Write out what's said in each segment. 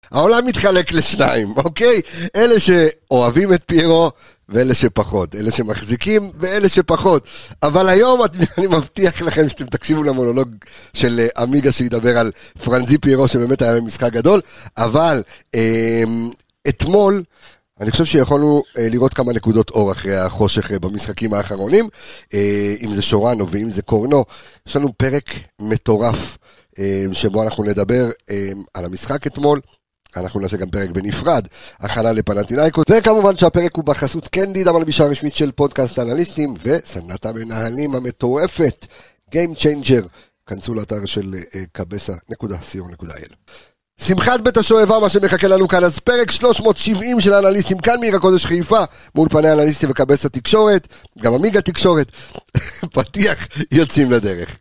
העולם מתחלק לשניים, אוקיי? אלה שאוהבים את פיירו, ואלה שפחות, אלה שמחזיקים, ואלה שפחות. אבל היום אני מבטיח לכם שאתם תקשיבו למונולוג של אמיגה שידבר על פרנזי פיירו, שבאמת היה משחק גדול, אבל אתמול, אני חושב שיכולנו לראות כמה נקודות אור אחרי החושך במשחקים האחרונים, אם זה שורנו ואם זה קורנו. יש לנו פרק מטורף, שבו אנחנו נדבר על המשחק אתמול, אנחנו נעשה גם פרק בנפרד, הכנה לפנתינייקוס, וכמובן שהפרק הוא בחסות קנדיד, המלבישה הרשמית של פודקאסט אנליסטים, וסדנת המנהלים המטורפת, Game Changer, כנסו לאתר של kabesa.co.il. שמחת בית השואבה, מה שמחכה לנו כאן, אז פרק 370 של האנליסטים, כאן מעיר הקודש חיפה, מול פני האנליסטים וקבסה תקשורת, גם אמיגה תקשורת, פתיח, יוצאים לדרך.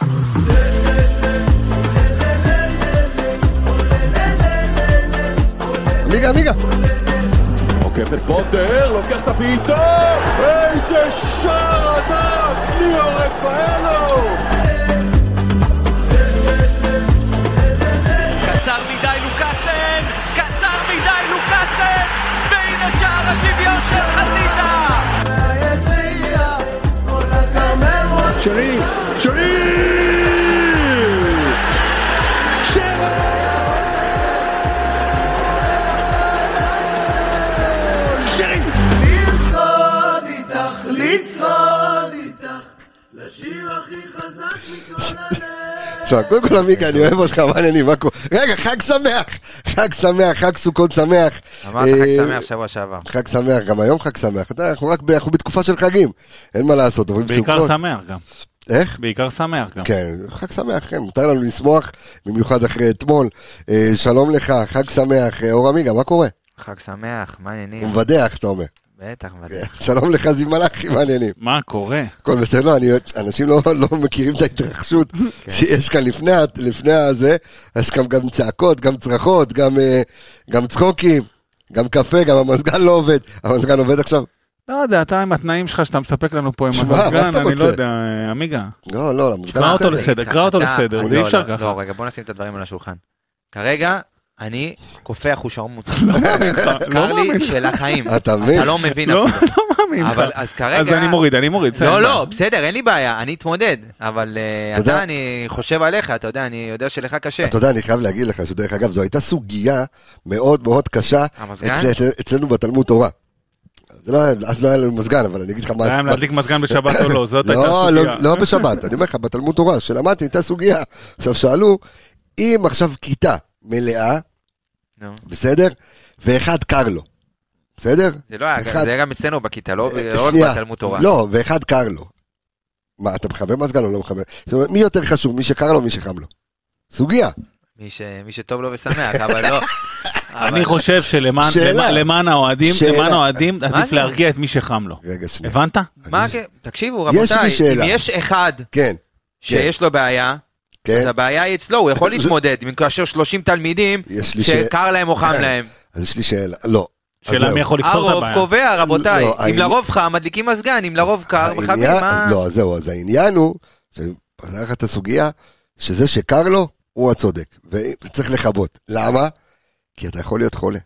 אמיגה. עוקף את פוטר, לוקח את הפעיטה, איזה שער ענק, ליאו רפאלו! קצר מדי לוקאסן, והנה שער השוויון של חזיזה! שרי! לצעוד איתך, לשיר הכי חזק מכל הלב. תשמע, קודם כל אמיגה, אני אוהב אותך, מעניינים, מה קורה? רגע, חג שמח, חג סוכות שמח. אמרת חג שמח שבוע שעבר. חג שמח, גם היום חג שמח. אנחנו בתקופה של חגים, אין מה לעשות. בעיקר שמח גם. איך? בעיקר שמח גם. כן, חג שמח, כן, מותר לנו לשמוח, במיוחד אחרי אתמול. שלום לך, חג שמח. אור אמיגה, מה קורה? חג שמח, מה העניינים? הוא מבדח, אתה אומר. בטח, בטח. שלום לך זיו מלאכי, מה העניינים? מה קורה? הכל בסדר, אנשים לא מכירים את ההתרחשות שיש כאן לפני הזה, יש גם צעקות, גם צרחות, גם צחוקים, גם קפה, גם המזגן לא עובד. המזגן עובד עכשיו? לא יודע, אתה עם התנאים שלך שאתה מספק לנו פה עם המזגן, אני לא יודע, אמיגה. לא, המזגן קרא אותו לסדר, זה אי אפשר ככה. לא, רגע, בוא נשים את הדברים על השולחן. כרגע, אני קופא אחושרמוט. קר לי של החיים. אתה לא מבין אפילו. לא מאמין. אז כרגע... אז אני מוריד. לא, בסדר, אין לי בעיה, אני אתמודד. אבל אתה, אני חושב עליך, אתה יודע, אני יודע שלך קשה. אתה יודע, אני חייב להגיד לך שדרך אגב, זו הייתה סוגיה מאוד מאוד קשה אצלנו בתלמוד תורה. אז לא היה לנו מזגן, אבל אני אגיד לך מה... היה להדליק מזגן בשבת או לא, זאת הייתה סוגיה. לא בשבת, אני אומר לך, בתלמוד תורה, שלמדתי, הייתה סוגיה. עכשיו שאלו, אם עכשיו כיתה מלאה, בסדר? ואחד קר לו. בסדר? זה לא היה, זה היה גם אצלנו בכיתה, לא רק בתלמוד תורה. לא, ואחד קר לו. מה, אתה מחבר מזגן או לא מחבר? זאת אומרת, מי יותר חשוב, מי שקר לו או מי שחם לו? סוגיה. מי שטוב לו ושמח, אבל לא. אני חושב שלמען האוהדים, עדיף להרגיע את מי שחם לו. רגע, שנייה. הבנת? תקשיבו, רבותיי, אם יש אחד שיש לו בעיה, אז הבעיה היא אצלו, הוא יכול להתמודד, כאשר 30 תלמידים שקר להם או חם להם. אז יש לי שאלה, לא. שאלה מי יכול לפתור את הבעיה. הרוב קובע, רבותיי, אם לרוב חם, מדליקים מזגן, אם לרוב קר, מחבים, מה? לא, זהו, אז העניין הוא, שאני פתח את הסוגיה, שזה שקר לו, הוא הצודק, וצריך לחבות. למה? כי אתה יכול להיות חולה.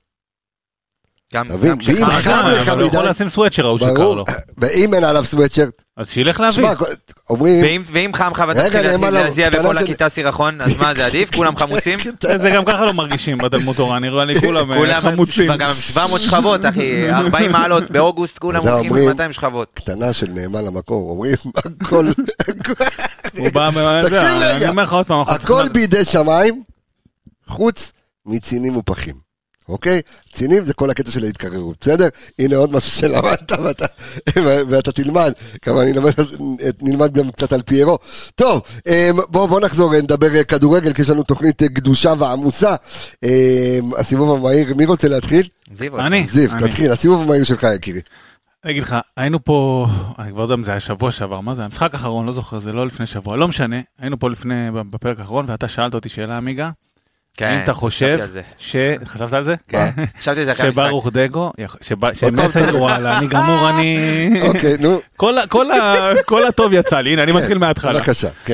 גם שחם, אבל הוא יכול לשים סוויצ'ר, הוא שקר לו. ואם אין עליו סוויצ'ר, אז שילך להביא. ואם חם ואתה תתחיל להזיע וכל הכיתה סירחון, אז מה, זה עדיף? כולם חמוצים? זה גם ככה לא מרגישים בתלמוד תורה, אני רואה לי כולם חמוצים. גם 700 שכבות, אחי, 40 מעלות באוגוסט, כולם הולכים 200 שכבות. קטנה של נאמן למקור, אומרים, הכל... הוא בא אני אומר לך עוד פעם, הכל בידי שמיים, חוץ מצינים ופחים. אוקיי? צינים זה כל הקטע של ההתקררות, בסדר? הנה עוד משהו שלמדת ואתה תלמד, כמה נלמד גם קצת על פיירו. טוב, בוא נחזור, נדבר כדורגל, כי יש לנו תוכנית קדושה ועמוסה. הסיבוב המהיר, מי רוצה להתחיל? זיו, תתחיל, הסיבוב המהיר שלך, יקירי. אני אגיד לך, היינו פה, אני כבר יודע אם זה היה שבוע שעבר, מה זה? המשחק האחרון, לא זוכר, זה לא לפני שבוע, לא משנה, היינו פה לפני, בפרק האחרון, ואתה שאלת אותי שאלה, אמיגה, אם אתה חושב, חשבת על זה? כן, חשבתי על זה אחרי המשחק. שברוך דגו, שמסר, וואלה, אני גמור, אני... אוקיי, נו. כל הטוב יצא לי, הנה, אני מתחיל מההתחלה. בבקשה, כן.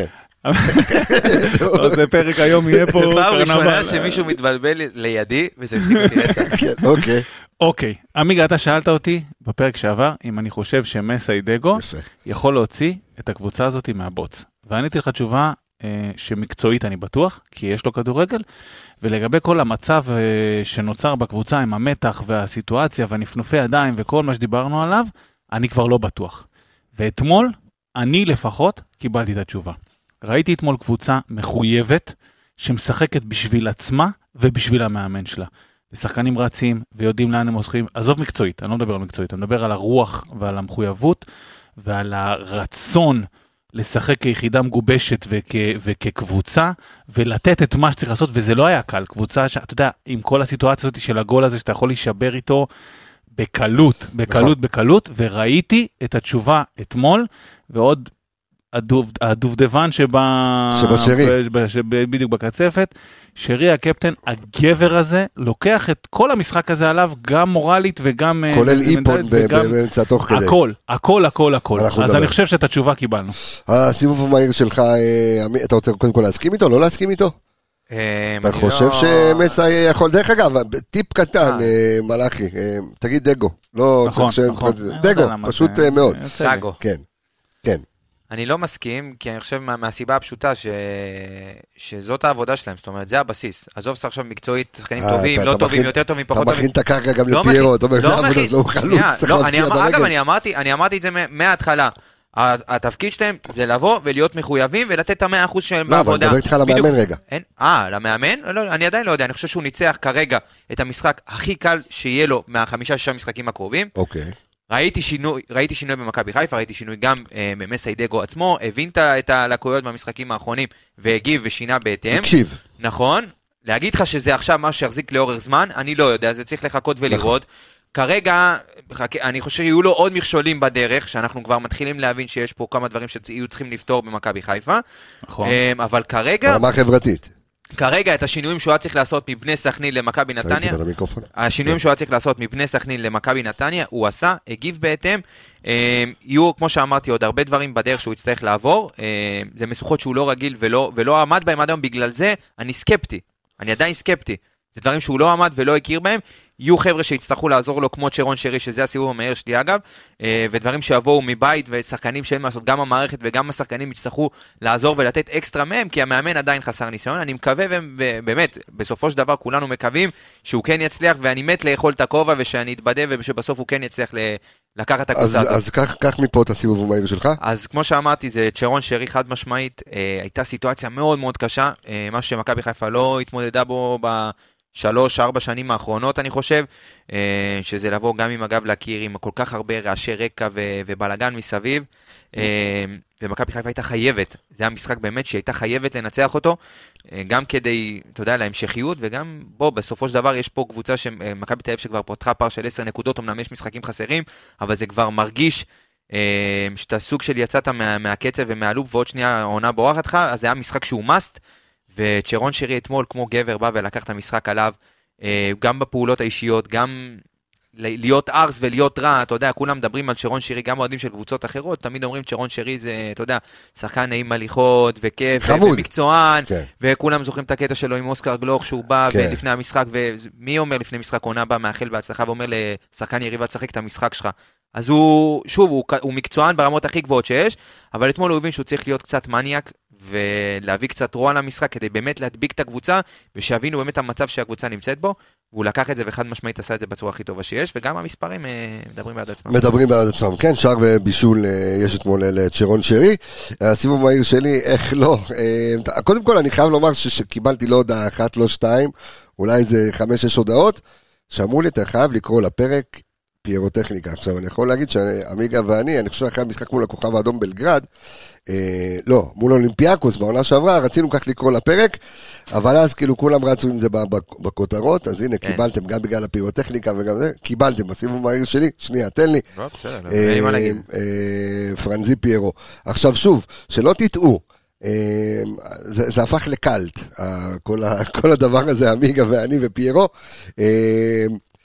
זה פרק היום יהיה פה... זה פעם ראשונה שמישהו מתבלבל לידי, וזה הצחיק אותי רצח. אוקיי. אוקיי, עמיגה, אתה שאלת אותי בפרק שעבר, אם אני חושב שמסיידגו יכול להוציא את הקבוצה הזאת מהבוץ. ועניתי לך תשובה שמקצועית אני בטוח, כי יש לו כדורגל, ולגבי כל המצב שנוצר בקבוצה עם המתח והסיטואציה והנפנופי ידיים וכל מה שדיברנו עליו, אני כבר לא בטוח. ואתמול, אני לפחות קיבלתי את התשובה. ראיתי אתמול קבוצה מחויבת, שמשחקת בשביל עצמה ובשביל המאמן שלה. ושחקנים רצים ויודעים לאן הם הולכים. עזוב מקצועית, אני לא מדבר על מקצועית, אני מדבר על הרוח ועל המחויבות ועל הרצון לשחק כיחידה מגובשת וכקבוצה, ולתת את מה שצריך לעשות, וזה לא היה קל. קבוצה שאתה יודע, עם כל הסיטואציה הזאת של הגול הזה, שאתה יכול להישבר איתו בקלות, וראיתי את התשובה אתמול, ועוד הדובדבן בדיוק בקצפת, שרי הקפטן, הגבר הזה, לוקח את כל המשחק הזה עליו, גם מורלית וגם... כולל איפון באמצע תוך כדי. הכל. אז אני חושב שאת התשובה קיבלנו. הסיבוב המהיר שלך, אתה רוצה קודם כל להסכים איתו? לא להסכים איתו? אתה חושב שמסי יכול, דרך אגב, טיפ קטן, מלאכי, תגיד דגו. נכון. דגו, פשוט מאוד. דגו. כן. אני לא מסכים, כי אני חושב מהסיבה הפשוטה שזאת העבודה שלהם, זאת אומרת, זה הבסיס. עזוב עכשיו מקצועית, שחקנים טובים, לא טובים, יותר טובים, פחות טובים. אתה מכין את הקרקע גם לפיירו, אתה אומר, זה העבודה שלו, הוא חלוץ, צריך להפקיע ברגל. אגב, אני אמרתי את זה מההתחלה. התפקיד שלהם זה לבוא ולהיות מחויבים ולתת את 100% שלהם בעבודה. לא, אבל נדבר איתך למאמן רגע. למאמן? אני עדיין לא יודע, אני חושב שהוא ניצח כרגע את המשחק הכי קל שיהיה לו מה5-6 משחקים הקרובים. אוקיי. ראיתי שינוי במכבי חיפה, ראיתי שינוי גם במסיידגו עצמו, הבין את הלקויות במשחקים האחרונים, והגיב ושינה בהתאם. הקשיב. נכון. להגיד לך שזה עכשיו מה שיחזיק לאורך זמן, אני לא יודע, זה צריך לחכות ולראות. כרגע, אני חושב שיהיו לו עוד מכשולים בדרך, שאנחנו כבר מתחילים להבין שיש פה כמה דברים שיהיו צריכים לפתור במכבי חיפה. נכון. אבל כרגע... ברמה חברתית. כרגע את השינויים שהוא היה צריך לעשות מבני סכנין למכבי נתניה, השינויים שהוא היה צריך לעשות מבני סכנין למכבי נתניה, הוא עשה, הגיב בהתאם, יהיו, כמו שאמרתי, עוד הרבה דברים בדרך שהוא יצטרך לעבור, זה משוכות שהוא לא רגיל ולא עמד בהם עד היום, בגלל זה אני סקפטי, אני עדיין סקפטי, זה דברים שהוא לא עמד ולא הכיר בהם, יהיו חבר'ה שיצטרכו לעזור לו כמו צ'רון שרי, שזה הסיבוב המהיר שלי אגב, ודברים שיבואו מבית ושחקנים שאין לעשות, גם המערכת וגם השחקנים יצטרכו לעזור ולתת אקסטרה מהם, כי המאמן עדיין חסר ניסיון, אני מקווה ובאמת, בסופו של דבר כולנו מקווים שהוא כן יצליח, ואני מת לאכול את הכובע ושאני אתבדה ושבסוף הוא כן יצליח לקחת את הקבוצה הזאת. אז קח מפה את הסיבוב המהיר שלך. אז כמו שאמרתי, זה צ'רון שרי חד משמעית, הייתה סיטואציה מאוד מאוד קשה, מה שמכבי חיפה לא התמודדה בו 3-4 שנים האחרונות, אני חושב, שזה לבוא גם עם אגב להכיר עם כל כך הרבה רעשי רקע ובלגן מסביב, ומכבי חיפה הייתה חייבת, זה המשחק באמת שהייתה חייבת לנצח אותו, גם כדי, אתה יודע, להמשכיות, וגם בסופו של דבר יש פה קבוצה שמכבי תל אביב שכבר פותחה פער של 10 נקודות, אמנם יש משחקים חסרים, אבל זה כבר מרגיש שאתה סוג של יצאת מהקצב ומהלופ, ועוד שנייה העונה בורחת לך, אז זה היה משחק שהוא must, וצ'רון שרי אתמול כמו גבר בא ולקח את המשחק עליו, גם בפעולות האישיות, גם להיות ארס ולהיות רע, אתה יודע, כולם מדברים על צ'רון שרי, גם אוהדים של קבוצות אחרות, תמיד אומרים צ'רון שרי זה, אתה יודע, שחקן נעים הליכות וכיף ומקצוען, וכולם זוכרים את הקטע שלו עם אוסקר גלוך שהוא בא לפני המשחק, ומי אומר לפני משחק עונה בא מאחל בהצלחה ואומר לשחקן יריבה תשחק את המשחק שלך, אז הוא, שוב, הוא מקצוען ברמות הכי גבוהות שיש, אבל אתמול הוא הבין שהוא צריך להיות קצת מניאק, ולהביא קצת רוע למשחק, כדי באמת להדביק את הקבוצה, ושיבינו באמת המצב שהקבוצה נמצאת בו, והוא לקח את זה וחד משמעית עשה את זה בצורה הכי טובה שיש, וגם המספרים מדברים בעד עצמם. מדברים בעד עצמם, כן, שער ובישול יש אתמול לצ'רון שרי, הסיבוב המהיר שלי, איך לא, קודם כל אני חייב לומר שקיבלתי לא הודעה אחת, לא 2, אולי זה 5-6 הודעות, שאמרו לי, אתה חייב לקרוא לפרק, פירוטכניקה. עכשיו, אני יכול להגיד שעמיגה ואני חושב שאחרי המשחק מול הכוכב האדום בלגרד, לא, מול אולימפיאקוס, בעונה שעברה, רצינו כך לקרוא לפרק, אבל אז כאילו כולם רצו עם זה בכותרות, אז הנה, קיבלתם גם בגלל הפירוטכניקה וגם זה, קיבלתם, בסיבוב מהיר שלי, שנייה, תן לי. פרנזי פיירו. עכשיו שוב, שלא תטעו, זה הפך לקלט, כל הדבר הזה, עמיגה ואני ופיירו,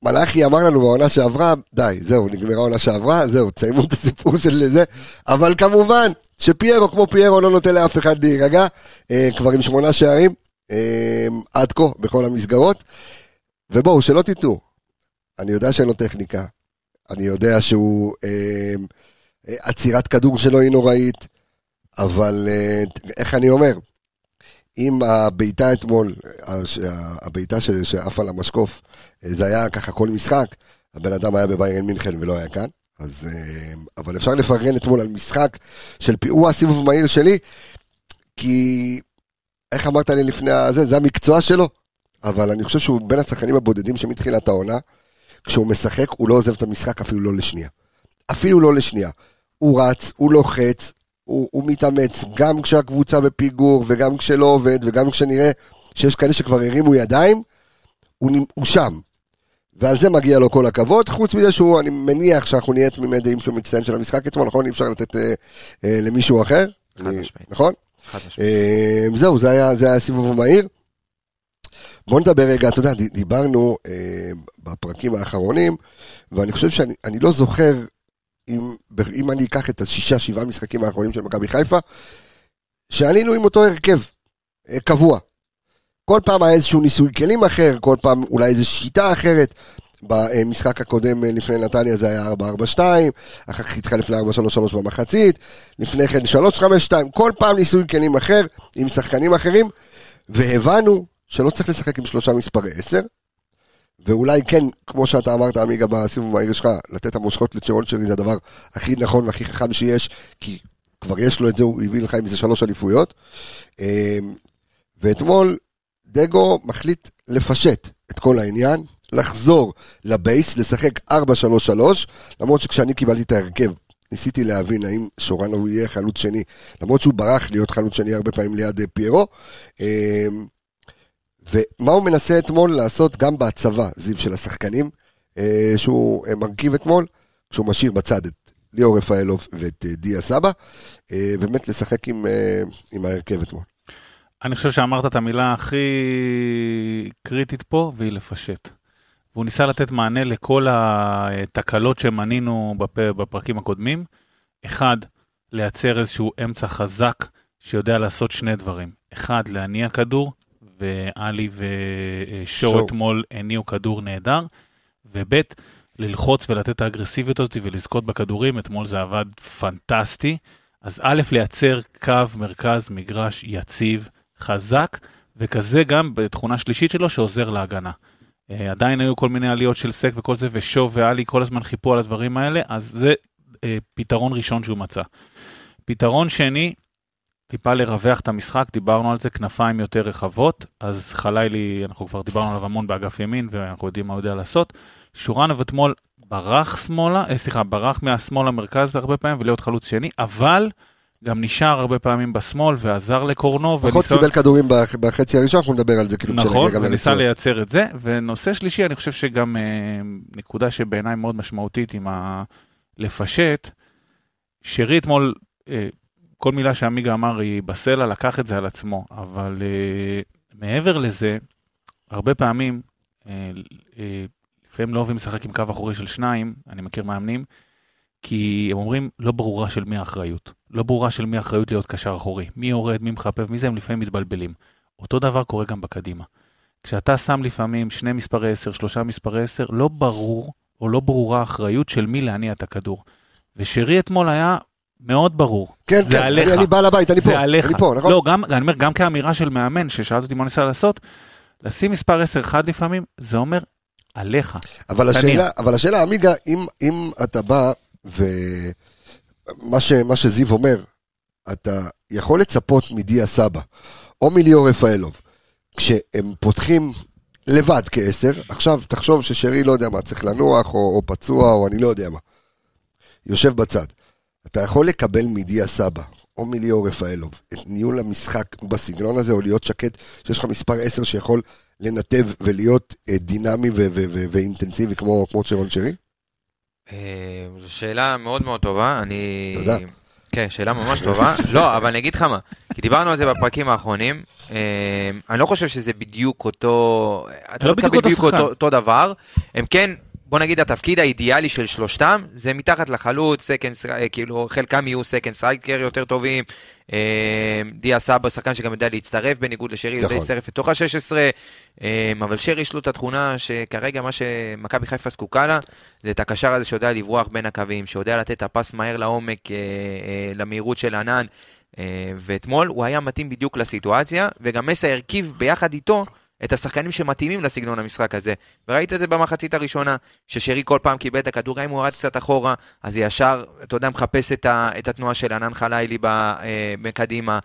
מלאכי אמר לנו בעונה שעברה, די, זהו, נגמרה העונה שעברה, זהו, תסיימו את הסיפור של זה, אבל כמובן שפיירו כמו פיירו לא נותן לאף אחד להירגע, כבר עם 8 שערים, עד כה בכל המסגרות, ובואו, שלא תטעו, אני יודע שאין לו טכניקה, אני יודע שהוא, עצירת כדור שלו היא נוראית, אבל איך אני אומר, אם הביתה אתמול, הביתה שעף על המשקוף, זה היה ככה כל משחק, הבן אדם היה בביירן מינכן ולא היה כאן, אז, אבל אפשר לפרגן אתמול על משחק של הוא הסיבוב מהיר שלי, כי איך אמרת לי לפני הזה, זה המקצוע שלו, אבל אני חושב שהוא בין השחקנים הבודדים שמתחילת העונה, כשהוא משחק הוא לא עוזב את המשחק אפילו לא לשנייה, אפילו לא לשנייה, הוא רץ, הוא לוחץ, הוא מתאמץ, גם כשהקבוצה בפיגור, וגם כשלא עובד, וגם כשנראה שיש כאלה שכבר הרימו ידיים, הוא שם. ועל זה מגיע לו כל הכבוד, חוץ מזה שהוא, אני מניח שאנחנו נהיה תמימי דעים שהוא מצטיין של המשחק אתמול, נכון? אי אפשר לתת למישהו אחר? נכון? זהו, זה היה סיבוב המהיר. בוא נדבר רגע, אתה יודע, דיברנו בפרקים האחרונים, ואני חושב שאני לא זוכר, אם אני אקח את 6-7 משחקים האחרונים של מכבי חיפה, שעלינו עם אותו הרכב, קבוע. כל פעם היה איזשהו ניסוי כלים אחר, כל פעם אולי איזו שיטה אחרת, במשחק הקודם לפני נתניה זה היה 4-4-2, אחר כך התחלף ל-4-3-3 במחצית, לפני כן 3-5-2, כל פעם ניסוי כלים אחר, עם שחקנים אחרים, והבנו שלא צריך לשחק עם 3 מספרי 10, ואולי כן, כמו שאתה אמרת, עמיגה, בסיבוב מהיר שלך, לתת המושכות לצ'רון שרי, זה הדבר הכי נכון והכי חכם שיש, כי כבר יש לו את זה, הוא הביא לך עם זה 3 אליפויות. ואתמול, דגו מחליט לפשט את כל העניין, לחזור לבייס, לשחק 4-3-3, למרות שכשאני קיבלתי את ההרכב, ניסיתי להבין האם שורנו יהיה חלוץ שני, למרות שהוא ברח להיות חלוץ שני הרבה פעמים ליד פיירו, ומה הוא מנסה אתמול לעשות גם בהצבה, זיו של השחקנים, שהוא מרכיב אתמול, כשהוא משאיר בצד את ליאור רפאלוב ואת דיה סבא, באמת לשחק עם ההרכב אתמול. אני חושב שאמרת את המילה הכי קריטית פה, והיא לפשט. והוא ניסה לתת מענה לכל התקלות שמנינו בפרקים הקודמים. אחד, לייצר איזשהו אמצע חזק, שיודע לעשות 2 דברים. אחד, להניע כדור, ואלי ושואו אתמול הניעו כדור נהדר, ובית, ללחוץ ולתת את האגרסיביות הזאת ולזכות בכדורים, אתמול זה עבד פנטסטי, אז א' לייצר קו מרכז מגרש יציב, חזק, וכזה גם בתכונה שלישית שלו שעוזר להגנה. עדיין היו כל מיני עליות של סק וכל זה, ושואו ואלי כל הזמן חיפו על הדברים האלה, אז זה פתרון ראשון שהוא מצא. פתרון שני, טיפה לרווח את המשחק, דיברנו על זה, כנפיים יותר רחבות, אז חלילי, אנחנו כבר דיברנו עליו המון באגף ימין, ואנחנו יודעים מה הוא יודע לעשות. שורנוב אתמול ברח מהשמאל למרכז הרבה פעמים, ולהיות חלוץ שני, אבל גם נשאר הרבה פעמים בשמאל, ועזר לקורנו. פחות קיבל כדורים בחצי הראשון, אנחנו נדבר על זה. נכון, וניסה לייצר את זה, ונושא שלישי, אני חושב שגם נקודה שבעיניי מאוד משמעותית, עם לפשט, שרי אתמול, כל מילה שעמיגה אמר היא בסלע, לקח את זה על עצמו, אבל מעבר לזה, הרבה פעמים, לפעמים לא אוהבים לשחק עם קו אחורי של 2, אני מכיר מאמנים, כי הם אומרים, לא ברורה של מי האחריות. לא ברורה של מי האחריות להיות קשר אחורי. מי יורד, מי מחפף, מי זה, הם לפעמים מתבלבלים. אותו דבר קורה גם בקדימה. כשאתה שם לפעמים 2 מספרי 10, 3 מספרי 10, לא ברור, או לא ברורה האחריות של מי להניע את הכדור. ושרי אתמול היה מאוד ברור. כן, זה כן, עליך. אני בא לבית, אני פה, נכון? לא, אני אומר, גם כאמירה של מאמן, ששאלת אותי מה ניסה לעשות, לשים מספר 10 אחד לפעמים, זה אומר עליך. אבל השאלה, עמיגה, אם אתה בא, ומה שזיו אומר, אתה יכול לצפות מדיה סבא, או מליאור רפאלוב, כשהם פותחים לבד כ10, עכשיו תחשוב ששרי לא יודע מה, צריך לנוח, או פצוע, או אני לא יודע מה. יושב בצד. אתה יכול לקבל מדיה סבא, או מליאור רפאלוב, את ניהול המשחק בסגנון הזה, או להיות שקט, שיש לך מספר 10 שיכול לנתב ולהיות דינמי ואינטנסיבי כמו צ'רון שרי? זו שאלה מאוד מאוד טובה. תודה. כן, שאלה ממש טובה. לא, אבל אני אגיד לך מה, כי דיברנו על זה בפרקים האחרונים, אני לא חושב שזה בדיוק אותו, אתה לא תקבל בדיוק אותו דבר, הם כן, בוא נגיד, התפקיד האידיאלי של שלושתם, זה מתחת לחלוץ, כאילו חלקם יהיו סקנד סטרייקר יותר טובים, דיה סבא, שחקן שגם יודע להצטרף בניגוד לשרי, יודע להצטרף לתוך ה-16, אבל שרי יש לו את התכונה שכרגע מה שמכבי חיפה זקוקה לה, זה את הקשר הזה שיודע לברוח בין הקווים, שיודע לתת את הפס מהר לעומק, למהירות של ענן, ואתמול הוא היה מתאים בדיוק לסיטואציה, וגם מסע הרכיב ביחד איתו, את השחקנים שמתאימים לסגנון המשחק הזה, וראית את זה במחצית הראשונה, ששרי כל פעם קיבל את הכדור, אם הוא ירד קצת אחורה, אז ישר, אתה יודע, מחפש את התנועה של ענן חלילי בקדימה,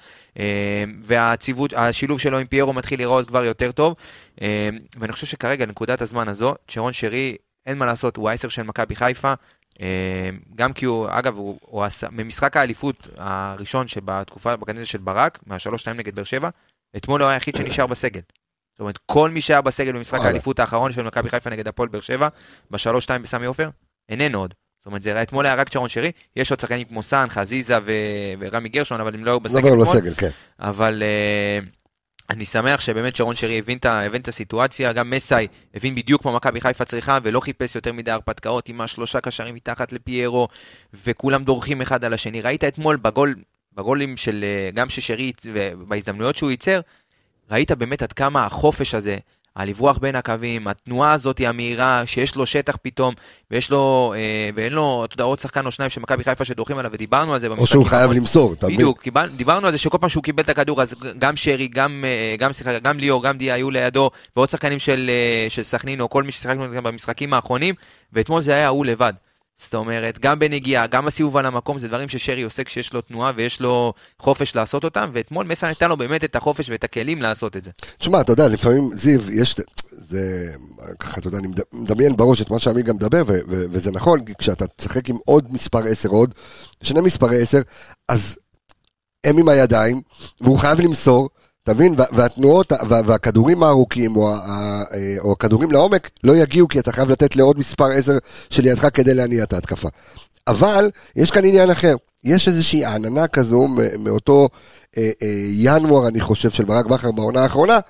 והשילוב שלו עם פיירו מתחיל לראות כבר יותר טוב, ואני חושב שכרגע, נקודת הזמן הזו, שרון שרי, אין מה לעשות, הוא 10 של מכבי חיפה, גם כי הוא, אגב, הוא במשחק האליפות הראשון שבתקופה, בקדנציה של ברק, מה3-2 נגד באר שבע, אתמול הוא היחיד שנשאר בסגל. זאת אומרת, כל מי שהיה בסגל במשחק האליפות האחרון של מכבי חיפה נגד הפועל באר שבע, ב3-2 בסמי עופר, איננו עוד. זאת אומרת, זה אתמול היה רק שרון שרי, יש עוד שחקנים כמו סן, חזיזה ורמי גרשון, אבל הם לא היו בסגל אתמול. אבל אני שמח שבאמת שרון שרי הבין את הסיטואציה, גם מסאי הבין בדיוק מה מכבי חיפה צריכה, ולא חיפש יותר מדי הרפתקאות, עם 3 קשרים מתחת לפיירו, וכולם דורכים אחד על השני. ראית אתמול בגולים של גם ששרי, ובהזדמנויות שהוא ייצר, ראית באמת עד כמה החופש הזה, הלברוח בין הקווים, התנועה הזאת המהירה, שיש לו שטח פתאום, ויש לו, ואין לו, אתה יודע, עוד שחקן או שניים שמכבי חיפה שדורכים עליו, ודיברנו על זה במשחקים. או שהוא חייב למסור, תמיד. בדיוק, דיברנו על זה שכל פעם שהוא קיבל את הכדור, אז גם שרי, גם ליאור, גם דיה היו לידו, ועוד שחקנים של סכנין, או כל מי ששחקנו במשחקים האחרונים, ואתמול זה היה הוא לבד. זאת אומרת, גם בנגיעה, גם הסיבוב על המקום, זה דברים ששרי עושה כשיש לו תנועה ויש לו חופש לעשות אותם, ואתמול מסע נתן לו באמת את החופש ואת הכלים לעשות את זה. תשמע, אתה יודע, לפעמים זיו, יש, זה, ככה, אתה יודע, אני מדמיין בראש את מה שעמי גם מדבר, וזה נכון, כשאתה תשחק עם עוד מספר 10, עוד שני מספרי 10, אז הם עם הידיים, והוא חייב למסור, תבין, והתנועות והכדורים הארוכים או הכדורים לעומק לא יגיעו, כי אתה חייב לתת לעוד מספר 10 של ידך כדי להניע את ההתקפה. אבל יש כאן עניין אחר, יש איזושהי עננה כזו מאותו ינואר, אני חושב, של ברק בכר בעונה האחרונה,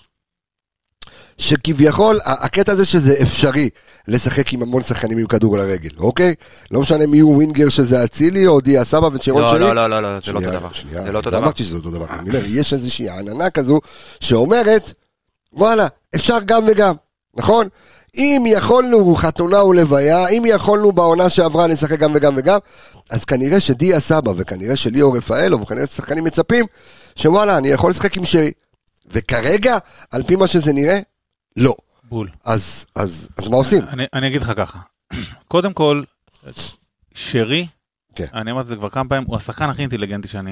שכביכול, הקטע הזה שזה אפשרי לשחק עם המון שחקנים עם כדור על הרגל, אוקיי? לא משנה מי הוא ווינגר שזה אצילי, או דיה סבא ושרון שרי. לא, זה לא אותו דבר. זה לא אותו דבר. אמרתי שזה אותו דבר. אני אומר, יש איזושהי עננה כזו, שאומרת, וואלה, אפשר גם וגם, נכון? אם יכולנו חתונה ולוויה, אם יכולנו בעונה שעברה לשחק גם וגם וגם, אז כנראה שדיה סבא, וכנראה שליאור רפאלוב, וכנראה ששחקנים מצפים, שוואלה, אני יכול לשחק עם שרי. וכרגע, על פי מה שזה נראה, לא. בול. אז מה עושים? אני אגיד לך ככה. קודם כל, שרי, אני אמרתי זה כבר כמה פעמים, הוא השחקן הכי אינטליגנטי שאני,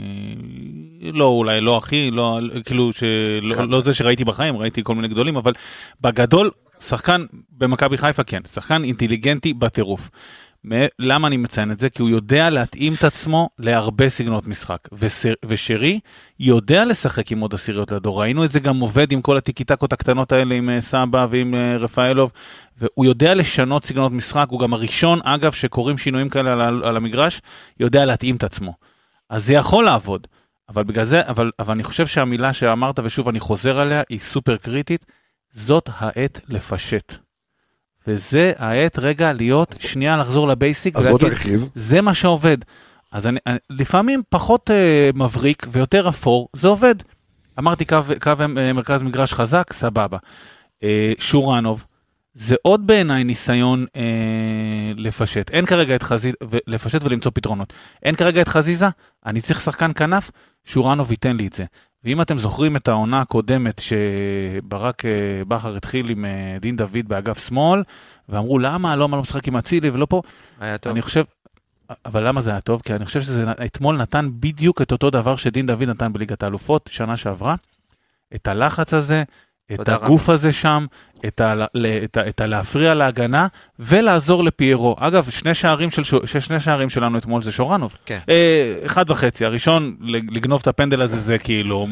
לא, אולי לא הכי, כאילו, לא זה שראיתי בחיים, ראיתי כל מיני גדולים, אבל בגדול, שחקן במכבי חיפה, כן, שחקן אינטליגנטי בטירוף. למה אני מציין את זה? כי הוא יודע להתאים את עצמו להרבה סגנונות משחק, ושרי יודע לשחק עם עוד עשיריות לדור, ראינו את זה גם עובד עם כל הטיקטקות הקטנות האלה עם סבא ועם רפאלוב, והוא יודע לשנות סגנונות משחק, הוא גם הראשון אגב שקוראים שינויים כאלה על המגרש, יודע להתאים את עצמו, אז זה יכול לעבוד, אבל בגלל זה, אבל אני חושב שהמילה שאמרת ושוב אני חוזר עליה, היא סופר קריטית, זאת העת לפשט. וזה העת רגע להיות שנייה לחזור לבייסיק, אז בוא תרחיב. זה מה שעובד. אז לפעמים פחות מבריק ויותר אפור, זה עובד. אמרתי קו מרכז מגרש חזק, סבבה. שורנוב, זה עוד בעיניי ניסיון לפשט. אין כרגע את חזיזה, לפשט ולמצוא פתרונות. אין כרגע את חזיזה, אני צריך שחקן כנף, שורנוב ייתן לי את זה. ואם אתם זוכרים את העונה הקודמת שברק בכר התחיל עם דין דוד באגף שמאל, ואמרו למה לא משחק עם אצילי ולא פה, אני חושב, אבל למה זה היה טוב? כי אני חושב שזה אתמול נתן בדיוק את אותו דבר שדין דוד נתן בליגת האלופות שנה שעברה, את הלחץ הזה, את הגוף הזה שם, את להפריע להגנה, ולעזור לפיירו. אגב, שני שערים שלנו אתמול זה שורנוב. 1.5, הראשון, לגנוב את הפנדל הזה, זה כאילו...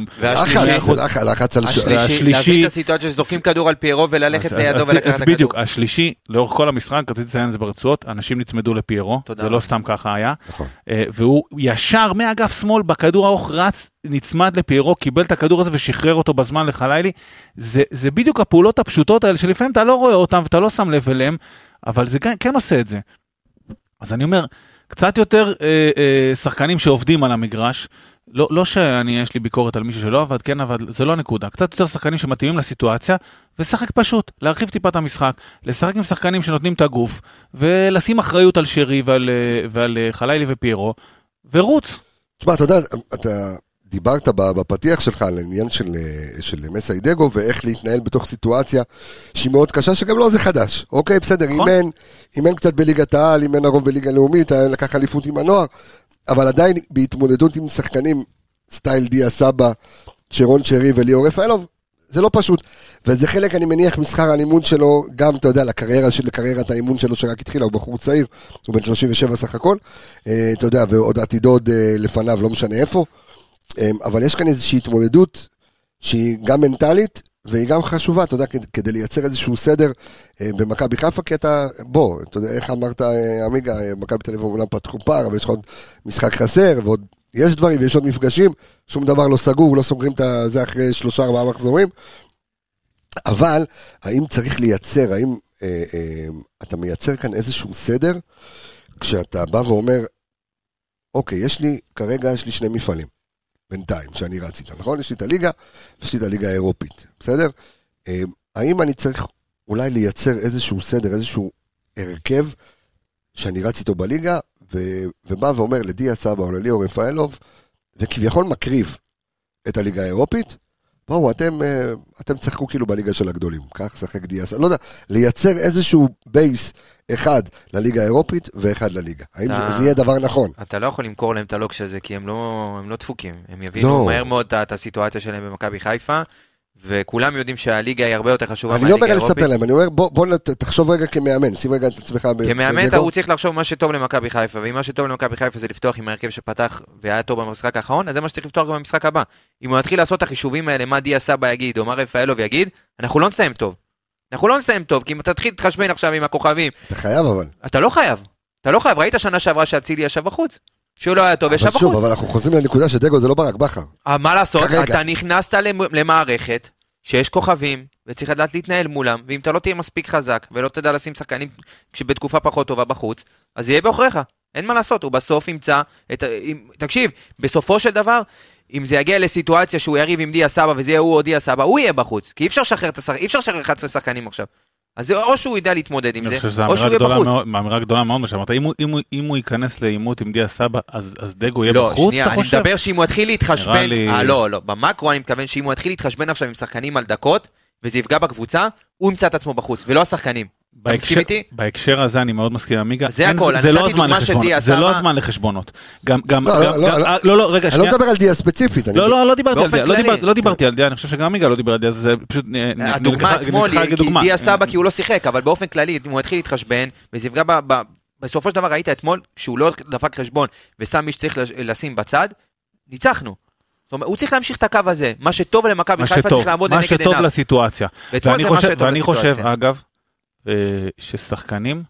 לחץ על להביא את הסיטואציה שזורקים כדור על פיירו, וללכת לידו ולקחת את הכדור. בדיוק, השלישי, לאורך כל המשחק, רציתי לציין את זה ברצועות, אנשים נצמדו לפיירו, זה לא סתם ככה היה, והוא ישר מאגף שמאל, בכדור הארוך רץ, נצמד לפיירו, קיבל את הכדור הזה ושחרר אותו בזמן לחלילי. זה בדיוק הפעולות הפשוטות האלה, שלפעמים אתה לא רואה אותם ואתה לא שם לב אליהם, אבל זה כן עושה את זה. אז אני אומר, קצת יותר שחקנים שעובדים על המגרש, לא יש לי ביקורת על מישהו שלא עבד, כן, אבל זה לא נקודה. קצת יותר שחקנים שמתאימים לסיטואציה, ושחק פשוט, להרחיב טיפה את המשחק, לשחק עם שחקנים שנותנים את הגוף, ולשים אחריות על שרי ועל חלילי ופיירו, ורוץ. תשמע, אתה יודע, אתה דיברת בפתיח שלך על העניין של מסי דגו, ואיך להתנהל בתוך סיטואציה שהיא מאוד קשה, שגם לא זה חדש. אוקיי, בסדר, אימן קצת בליגת העל, אימן הרוב בליגה לאומית, לקח אליפות עם הנוער, אבל עדיין בהתמודדות עם שחקנים סטייל דיה סבא, שרון שרי וליאור רפאלוב, זה לא פשוט. וזה חלק, אני מניח, משכר הלימוד שלו, גם, אתה יודע, לקריירת האימון שלו שרק התחילה, הוא בחור צעיר, הוא בן 37 סך הכל, אתה יודע, ועוד עתידוד לפניו, לא משנה איפה, אבל יש כאן איזושהי התמודדות שהיא גם מנטלית, והיא גם חשובה, אתה יודע, כדי לייצר איזשהו סדר במכבי חיפה, כי אתה יודע, איך אמרת, עמיגה, מכבי תל אביב אומנם פתחו פער, אבל יש עוד משחק חסר, ועוד יש דברים ויש עוד מפגשים, שום דבר לא סגור, לא סוגרים את זה אחרי 3-4 מחזורים, אבל האם צריך לייצר, האם אתה מייצר כאן איזשהו סדר, כשאתה בא ואומר, אוקיי, כרגע יש לי 2 מפעלים, בינתיים, שאני רץ איתם, נכון? יש לי את הליגה, יש לי את הליגה האירופית, בסדר? האם אני צריך אולי לייצר איזשהו סדר, איזשהו הרכב, שאני רץ איתו בליגה, ובא ואומר לדיה סבא או לליאור רפאלוב, וכביכול מקריב את הליגה האירופית, בואו, אתם צחקו כאילו בליגה של הגדולים, כך שחק דיה סבא, לא יודע, לייצר איזשהו בייס אחד לליגה האירופית ואחד לליגה. האם זה יהיה דבר נכון? אתה לא יכול למכור להם את הלוקש הזה, כי הם לא דפוקים. הם יבינו מהר מאוד את הסיטואציה שלהם במכבי חיפה, וכולם יודעים שהליגה היא הרבה יותר חשובה מהליגה האירופית. אני לא אומר לספר להם, אני אומר, בוא תחשוב רגע כמאמן, שים רגע את עצמך. כמאמן הוא צריך לחשוב מה שטוב למכבי חיפה, ואם מה שטוב למכבי חיפה זה לפתוח עם ההרכב שפתח והיה טוב במשחק האחרון, אז זה מה שצריך לפתוח גם במשחק הבא. אם הוא יתחיל לעשות את החישובים האלה, מה דיה סבא יגיד, או מה רפאלוב יגיד, אנחנו לא נסיים טוב. אנחנו לא נסיים טוב, כי אם אתה תתחיל להתחשבן עכשיו עם הכוכבים. אתה חייב אבל. אתה לא חייב. ראית שנה שעברה שאצילי ישב בחוץ? שהוא לא היה טוב, ישב בחוץ. אבל אנחנו חוזרים לנקודה שדגו זה לא ברק בכר. מה לעשות? אתה נכנסת למערכת שיש כוכבים, וצריך לדעת להתנהל מולם, ואם אתה לא תהיה מספיק חזק, ולא תדע לשים שחקנים שבתקופה פחות טובה בחוץ, אז יהיה באחריך. אין מה לעשות, הוא בסוף ימצא תקשיב, בסופו של דבר, אם זה יגיע לסיטואציה שהוא יריב עם דיה סבא, וזה יהיה הוא או דיה סבא, הוא יהיה בחוץ, כי אי אפשר לשחרר 11 שחקנים עכשיו. אז זה או שהוא ידע להתמודד עם זה, או שהוא יהיה בחוץ. מאמירה גדולה מאוד מה שאמרת, אם הוא ייכנס לאימות עם דיה סבא, אז דגו יהיה בחוץ, לא, שנייה, אני מדבר שאם הוא התחיל להתחשבן, לא, במקרו אני מתכוון שאם הוא התחיל להתחשבן עכשיו עם שחקנים על דקות, וזה יפגע בקבוצה, הוא ימצא את עצמו בחוץ, ולא השחקנים. אתה מסכים איתי? בהקשר הזה אני מאוד מסכים, עמיגה. זה הכל, אני נתתי דוגמה של דיה סבא. זה לא הזמן לחשבונות. לא, רגע, אני לא מדבר על דיה ספציפית. לא דיברתי על דיה, אני חושב שגם עמיגה לא דיבר על דיה, זה פשוט הדוגמה אתמול היא דיה סבא, כי הוא לא שיחק, אבל באופן כללי, אם הוא התחיל להתחשבן, וזה יפגע בסופו של דבר ראית אתמול, שהוא לא דפק חשבון, ושם מי שצריך לשים בצד, ניצחנו. זאת אומרת, הוא צריך להמשיך את הקו הזה. מה שטוב למכבי חיפה צריך לעמוד לנגד עיניו. מה שטוב לסיטואציה. ואני חושב, אגב, ששחקנים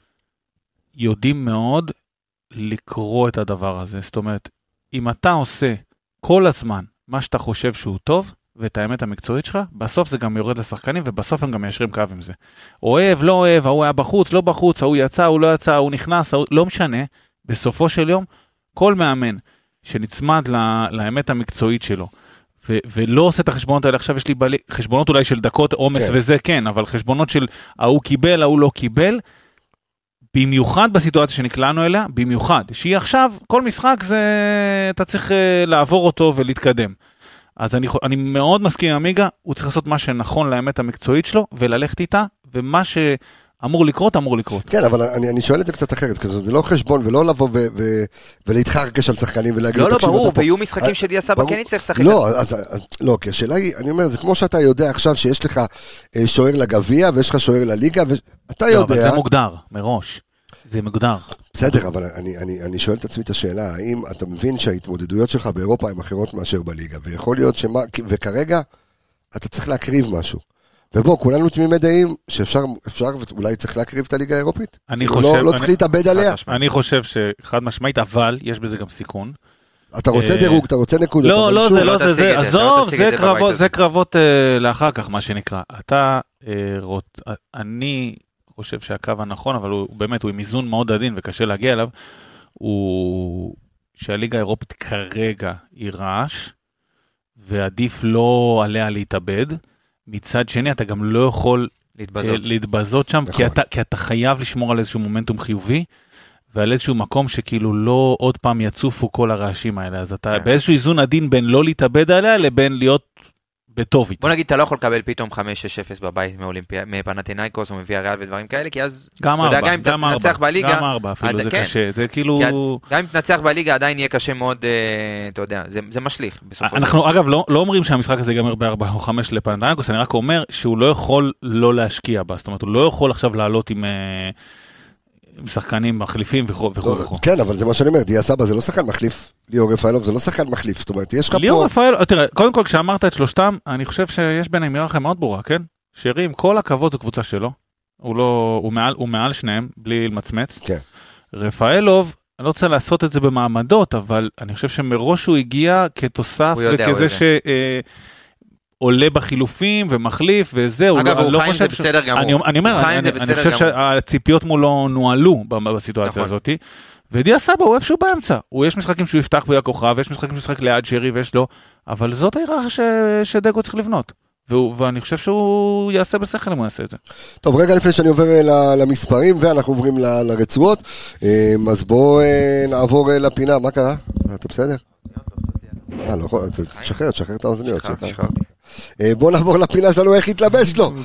יודעים מאוד לקרוא את הדבר הזה. זאת אומרת, אם אתה עושה כל הזמן מה שאתה חושב שהוא טוב, ואת האמת המקצועית שלך, בסוף זה גם יורד לשחקנים, ובסוף הם גם מיישרים קו עם זה. אוהב, לא אוהב, הוא היה בחוץ, לא בחוץ, הוא יצא, הוא לא יצא, הוא נכנס, לא משנה. בסופו של יום, כל מאמן שנצמד לאמת המקצועית שלו, ולא עושה את החשבונות האלה, עכשיו יש לי חשבונות אולי של דקות עומס וזה כן, אבל חשבונות של ההוא קיבל, ההוא לא קיבל, במיוחד בסיטואציה שנקלענו אליה, במיוחד, שהיא עכשיו, כל משחק זה, אתה צריך לעבור אותו ולהתקדם. אז אני מאוד מסכים עם עמיגה, הוא צריך לעשות מה שנכון לאמת המקצועית שלו, וללכת איתה, ומה אמור לקרות. כן, אבל אני שואל את זה קצת אחרת, זה לא חשבון ולא לבוא ולהתחרקש על שחקנים ולהגיד... לא, ברור, ויהיו משחקים שדיה סבא כן יצטרך לשחק. לא, כי השאלה היא, אני אומר, זה כמו שאתה יודע עכשיו שיש לך שוער לגביע ויש לך שוער לליגה, ואתה יודע... אבל זה מוגדר, מראש. זה מוגדר. בסדר, אבל אני שואל את עצמי את השאלה, האם אתה מבין שההתמודדויות שלך באירופה הן אחרות מאשר בליגה, ויכול להיות וכרגע אתה צריך להקריב משהו. ובוא, כולנו תמימי דעים שאפשר ואולי צריך להקריב את הליגה האירופית? לא צריך להתאבד עליה? אני חושב שחד משמעית, אבל יש בזה גם סיכון. אתה רוצה דירוג, אתה רוצה נקודות. לא, זה, עזוב, זה קרבות לאחר כך, מה שנקרא. אני חושב שהקו הנכון, אבל הוא באמת, הוא עם איזון מאוד עדין וקשה להגיע אליו, הוא שהליגה האירופית כרגע היא רעש, ועדיף לא עליה להתאבד. מצד שני, אתה גם לא יכול להתבזות שם, כי אתה חייב לשמור על איזשהו מומנטום חיובי, ועל איזשהו מקום שכאילו לא עוד פעם יצופו כל הרעשים האלה. אז אתה באיזשהו איזון עדין בין לא להתאבד עליה, לבין להיות בטוב איתה. בוא נגיד, אתה לא יכול לקבל פתאום 5-6-0 בבית מפנתינייקוס, או מביא הריאל ודברים כאלה, כי אז... גם 4 אפילו, זה קשה. זה כאילו... גם אם תנצח בליגה, עדיין יהיה קשה מאוד, אתה יודע, זה משליך. אנחנו אגב לא אומרים שהמשחק הזה ייגמר ב4 או 5 לפנתינייקוס, אני רק אומר שהוא לא יכול לא להשקיע בה, זאת אומרת, הוא לא יכול עכשיו לעלות עם שחקנים מחליפים וכו'. כן, אבל זה מה שאני אומר, דיה סבא זה לא שחקן מחליף, ליאור רפאלוב זה לא שחקן מחליף, זאת אומרת, יש לך פה... ליאור רפאלוב, תראה, קודם כל כשאמרת את שלושתם, אני חושב שיש ביניהם היררכיה מאוד ברורה, כן? שרי, עם כל הכבוד זו קבוצה שלו, הוא מעל שניהם, בלי למצמץ. כן. רפאלוב, אני לא רוצה לעשות את זה במעמדות, אבל אני חושב שמראש הוא הגיע כתוסף וכזה עולה בחילופים ומחליף וזהו. אגב, הוא חיים זה בסדר גמור. אני חושב שהציפיות מולו נועלו בסיטואציה הזאת, ודיה סבא הוא איפשהו באמצע. יש משחקים שהוא יפתח ביה כוכב, ויש משחקים שהוא ישחק ליד שרי ויש לו, אבל זאת ההיררכיה שדגו צריך לבנות. ואני חושב שהוא יעשה בשכל אם הוא יעשה את זה. טוב, רגע לפני שאני עובר למספרים, ואנחנו עוברים לרצועות, אז בואו נעבור לפינה. מה קרה? אתה בסדר? לא יכול, תשחרר את האוזניות. בוא נעבור לפינה שלנו, איך התלבש לו.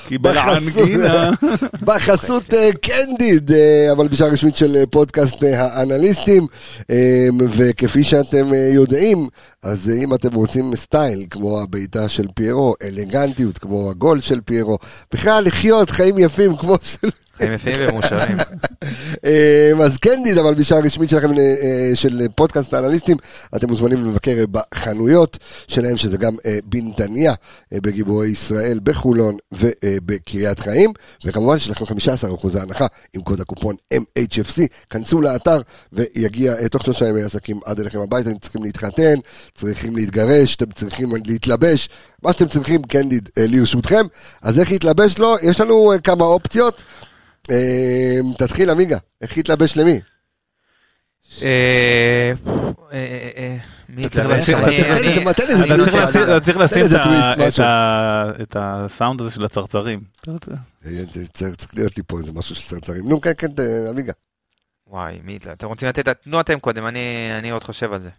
בחסות קנדיד, אבל בשעה רשמית של פודקאסט האנליסטים, וכפי שאתם יודעים, אז אם אתם רוצים סטייל, כמו הביתה של פיירו, אלגנטיות, כמו הגול של פיירו, בכלל לחיות חיים יפים, כמו של... חיים יפים ומושבים. אז קנדיד, אבל בשעה הרשמית שלכם של פודקאסט האנליסטים, אתם מוזמנים לבקר בחנויות שלהם, שזה גם בנתניה, בגיבורי ישראל, בחולון ובקריית חיים, וכמובן שיש לכם 15% הנחה עם קוד הקופון MHFC, כנסו לאתר ויגיע תוך 3 ימי עסקים עד אליכם הביתה. אתם צריכים להתחתן, צריכים להתגרש, אתם צריכים להתלבש, מה שאתם צריכים, קנדיד לרשותכם. אז איך להתלבש לו? יש לנו כמה אופציות. תתחיל עמיגה, איך להתלבש למי? אתה צריך לשים את הסאונד הזה של הצרצרים. צריך להיות לי פה איזה משהו של צרצרים. נו, כן, עמיגה. וואי, מי, אתם רוצים לתת, תנו אתם קודם, אני עוד חושב על זה.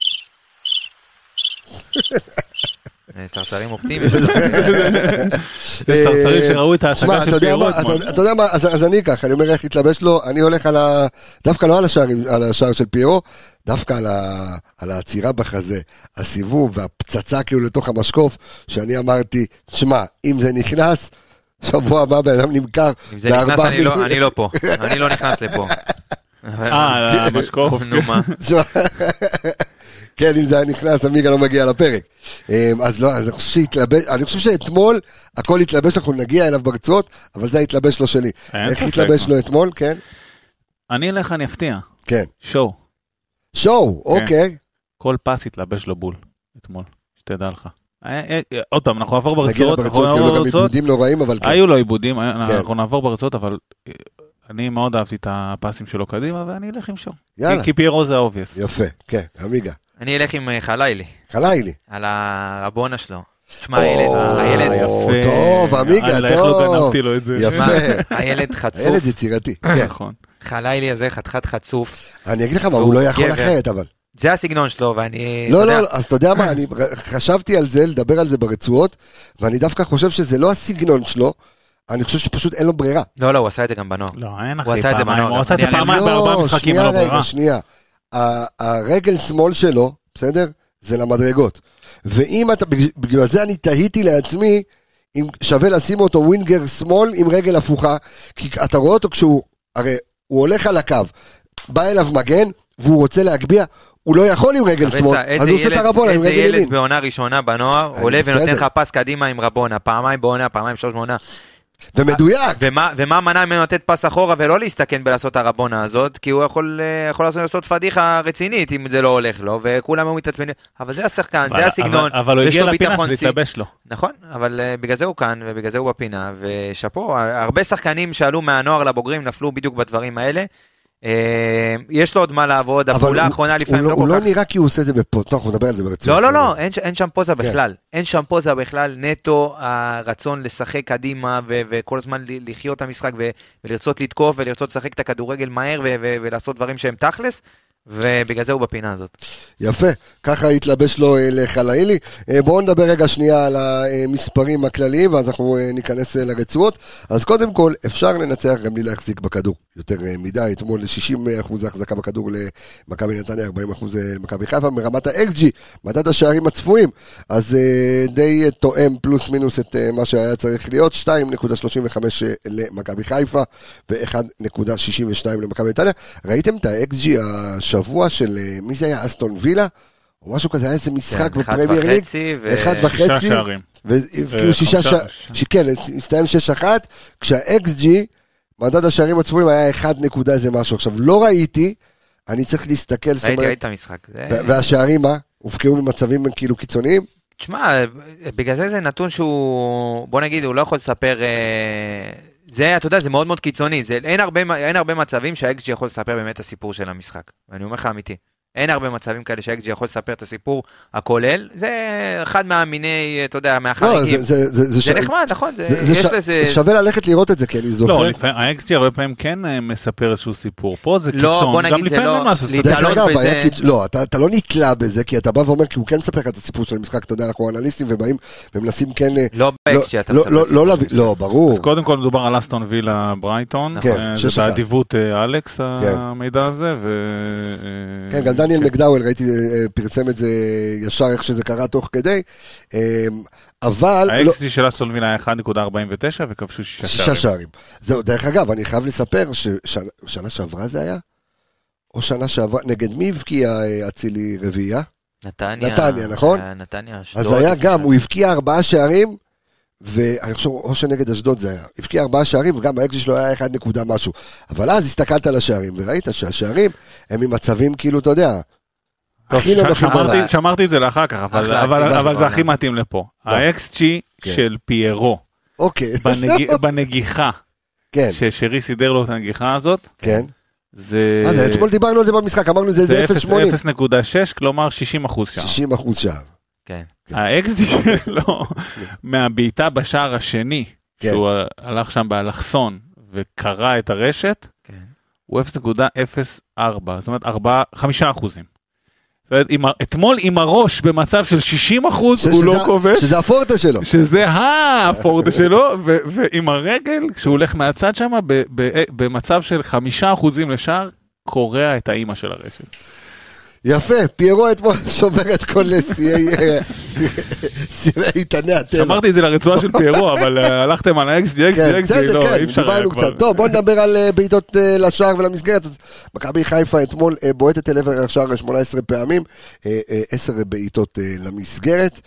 צרצרים אופטימיים. זה צרצרים שראו את ההשגה של פירות. אתה יודע מה, אז אני אקח, אני אומר איך להתלבש לו, אני הולך דווקא לא על השער של פירו, דווקא על העצירה בחזה, הסיבוב והפצצה כאילו לתוך המשקוף, שאני אמרתי, שמע, אם זה נכנס, שבוע הבא בן אדם נמכר. אם זה נכנס, אני לא פה, אני לא נכנס לפה. המשקוף. נו מה. כן, אם זה היה נכנס, עמיגה לא מגיע לפרק. אז לא, אני חושב שאתמול הכל התלבש, אנחנו נגיע אליו ברצות, אבל זה התלבש לו שלי. איך התלבש לו אתמול, כן? אני אלך, אני אפתיע. כן. שואו, אוקיי. כל פס התלבש לו בול אתמול, שתדע לך. עוד פעם, אנחנו נעבור ברצות. נגיע ברצות, כי היו גם עיבודים נוראים, אבל כן. היו לו עיבודים, אנחנו נעבור ברצות, אבל... אני מאוד אהבתי את הפסים שלו קדימה, ואני אלך עם שואו. יאללה. כי פיירו זה האובייס. יפה, כן, עמיגה. אני אלך עם חלילי. חלילי. על הרבונה שלו. תשמע, הילד... יפה. טוב, עמיגה, טוב. איך לא גנבתי לו את זה. יפה. הילד חצוף. הילד יצירתי. נכון. חלילי הזה חתיכת חצוף. אני אגיד לך מה, הוא לא יכול אחרת, אבל. זה הסגנון שלו, ואני... לא, אז אתה יודע מה, אני חשבתי על זה, לדבר על זה ברצועות, ואני דווקא חושב שזה לא הסגנון שלו, אני חושב שפשוט אין לו ברירה. לא, הוא עשה את זה גם בנוער. לא, אין הוא עשה את זה בנוער. הוא עשה את זה פעמיים בארבעה משחקים, אין לו ברירה. שנייה, הרגל שמאל שלו, בסדר? זה למדרגות. ואם אתה, בגלל זה אני תהיתי לעצמי, אם שווה לשים אותו ווינגר שמאל עם רגל הפוכה, כי אתה רואה אותו כשהוא, הרי הוא הולך על הקו, בא אליו מגן, והוא רוצה להגביע, הוא לא יכול עם רגל שמאל, אז הוא עושה את הרבונה עם רגל ימין. איזה ילד בעונה ראשונה בנוער, עולה ונותן לך פס קדימה עם רבונה, פעמיים בעונה, פעמיים שלוש בעונה. ומדויק. ומה מנע ממנו לתת פס אחורה ולא להסתכן בלעשות הרבונה הזאת, כי הוא יכול לעשות פדיחה רצינית אם זה לא הולך לו, וכולם הוא מתעצבנים, אבל זה השחקן, זה הסגנון. אבל הוא הגיע לפינה שלהתלבש לו. נכון, אבל בגלל זה הוא כאן, ובגלל זה הוא בפינה, ושפו, הרבה שחקנים שעלו מהנוער לבוגרים נפלו בדיוק בדברים האלה, יש לו עוד מה לעבוד, הפעולה האחרונה לפעמים הוא לא נראה כי הוא עושה את זה בפוטו, אנחנו נדבר על זה ברצון. לא, אין שם פוזה בכלל, אין שם פוזה בכלל, נטו הרצון לשחק קדימה וכל הזמן לחיות את המשחק ולרצות לתקוף ולרצות לשחק את הכדורגל מהר ולעשות דברים שהם תכלס, ובגלל זה הוא בפינה הזאת. יפה, ככה התלבש לו לחלאילי. בואו נדבר רגע שנייה על המספרים הכלליים, ואז אנחנו ניכנס לרצועות. אז קודם כל, אפשר לנצח גם בלי להחזיק בכדור. יותר מדי, אתמול 60% החזקה בכדור למכבי נתניה, 40% למכבי חיפה, מרמת ה-XG, מדד השערים הצפויים. אז די תואם פלוס מינוס את מה שהיה צריך להיות, 2.35 למכבי חיפה, ו-1.62 למכבי נתניה. ראיתם את ה-XG שבוע של, מי זה היה? אסטון וילה? או משהו כזה, היה איזה משחק בפרמייר ליג. 1.5 שערים. וכאילו 6 שערים. כן, הסתיים 6-1, כשה-XG, מדד השערים הצפויים היה 1 נקודה איזה משהו. עכשיו, לא ראיתי, אני צריך להסתכל. ראיתי את המשחק. והשערים, מה? הופקעו ממצבים כאילו קיצוניים? תשמע, בגלל זה נתון שהוא, בוא נגיד, הוא לא יכול לספר, זה, אתה יודע, זה מאוד מאוד קיצוני, אין הרבה מצבים שהאקסג'י יכול לספר באמת את הסיפור של המשחק, ואני אומר לך אמיתי, אין הרבה מצבים כאלה שהאקסג'י יכול לספר את הסיפור הכולל, זה אחד מהמיני, אתה יודע, מהחריגים, זה נחמד, נכון, זה שווה ללכת לראות את זה, כי אני זוכר. לא, האקסג'י הרבה פעמים כן מספר איזשהו סיפור, פה זה קיצון, גם לפעמים אין משהו. דרך אגב, לא, אתה לא נתלה בזה, כי אתה בא ואומר, כי הוא כן מספר את הסיפור של המשחק, אתה יודע, אנחנו אנליסטים ובאים ומנסים כן, לא באקסג'י, אתה מספר. לא, ברור. אז קודם כל מדובר על אסטון וילה ברייטון, זה באדיבות אלכס המידע הזה, כן, גם דניאל מקדאוול, ראיתי, פרסם את זה ישר איך שזה קרה תוך כדי, אבל... ה-XG של אסטון וילה היה 1.49 וכבשו 6 שערים. זהו, דרך אגב, אני חייב לספר ששנה שעברה זה היה? או שנה שעברה, נגד מי הבקיע אצילי רביעייה? נתניה, נכון? נתניה, אז היה גם, הוא הבקיע 4 שערים, ואני חושב, או שנגד אשדוד זה היה, הבקיע 4 שערים, וגם האקסג'י שלו היה 1 נקודה משהו. אבל אז הסתכלת על השערים, וראית שהשערים הם ממצבים כאילו, אתה יודע, הכי לא נוחים בעולם. שמרתי את זה לאחר כך, אבל זה הכי מתאים לפה. האקסג'י של פיירו, בנגיחה, ששרי סידר לו את הנגיחה הזאת, זה... אתמול דיברנו על זה במשחק, אמרנו זה 0.80. 0.6, כלומר 60% שער. 60% שער. כן. האקסג'י שלו, מהבעיטה בשער השני, שהוא הלך שם באלכסון, וקרא את הרשת, הוא 0.04, זאת אומרת 5%. זאת אומרת, אתמול עם הראש במצב של 60%, הוא לא כובש. שזה הפורטה שלו. שזה הפורטה שלו, ועם הרגל, כשהוא הולך מהצד שם, במצב של 5% לשער, קורע את האימא של הרשת. יפה, פיירו אתמול שובר את כל סיבי איתני הטבע. אמרתי את זה לרצועה של פיירו, אבל הלכתם על האקסג'י, לא, אי אפשר היה כבר. טוב, בוא נדבר על בעיטות לשער ולמסגרת. מכבי חיפה אתמול בועטת אל עבר השער 18 פעמים, 10 בעיטות למסגרת.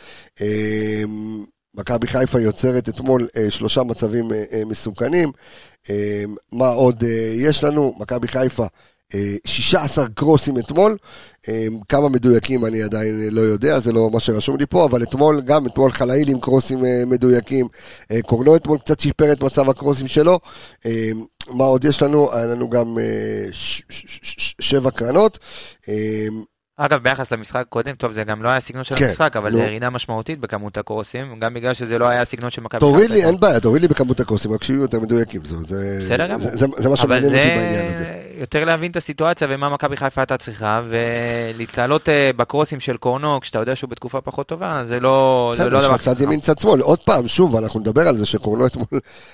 מכבי חיפה יוצרת אתמול 3 מצבים מסוכנים. מה עוד יש לנו? מכבי חיפה 16 קרוסים אתמול, כמה מדויקים אני עדיין לא יודע, זה לא מה שרשום לי פה, אבל אתמול חלאילי עם קרוסים מדויקים, קורנו אתמול קצת שיפר את מצב הקרוסים שלו. מה עוד יש לנו? היה לנו גם 7 קרנות, אגב, ביחס למשחק קודם, טוב, זה גם לא היה סגנון של המשחק, אבל ירידה משמעותית בכמות הקורסים, גם בגלל שזה לא היה סגנון של מכבי חיפה. תוריד לי, אין בעיה, תוריד לי בכמות הקורסים, רק שיהיו יותר מדויקים. זה מה שמעניין אותי בעניין הזה. אבל זה יותר להבין את הסיטואציה ומה מכבי חיפה הייתה צריכה, ולהתעלות בקורסים של קורנו, כשאתה יודע שהוא בתקופה פחות טובה, זה לא דבר. צד ימין, צד שמאל. עוד פעם, שוב, אנחנו נדבר על זה שקורנו אתמול,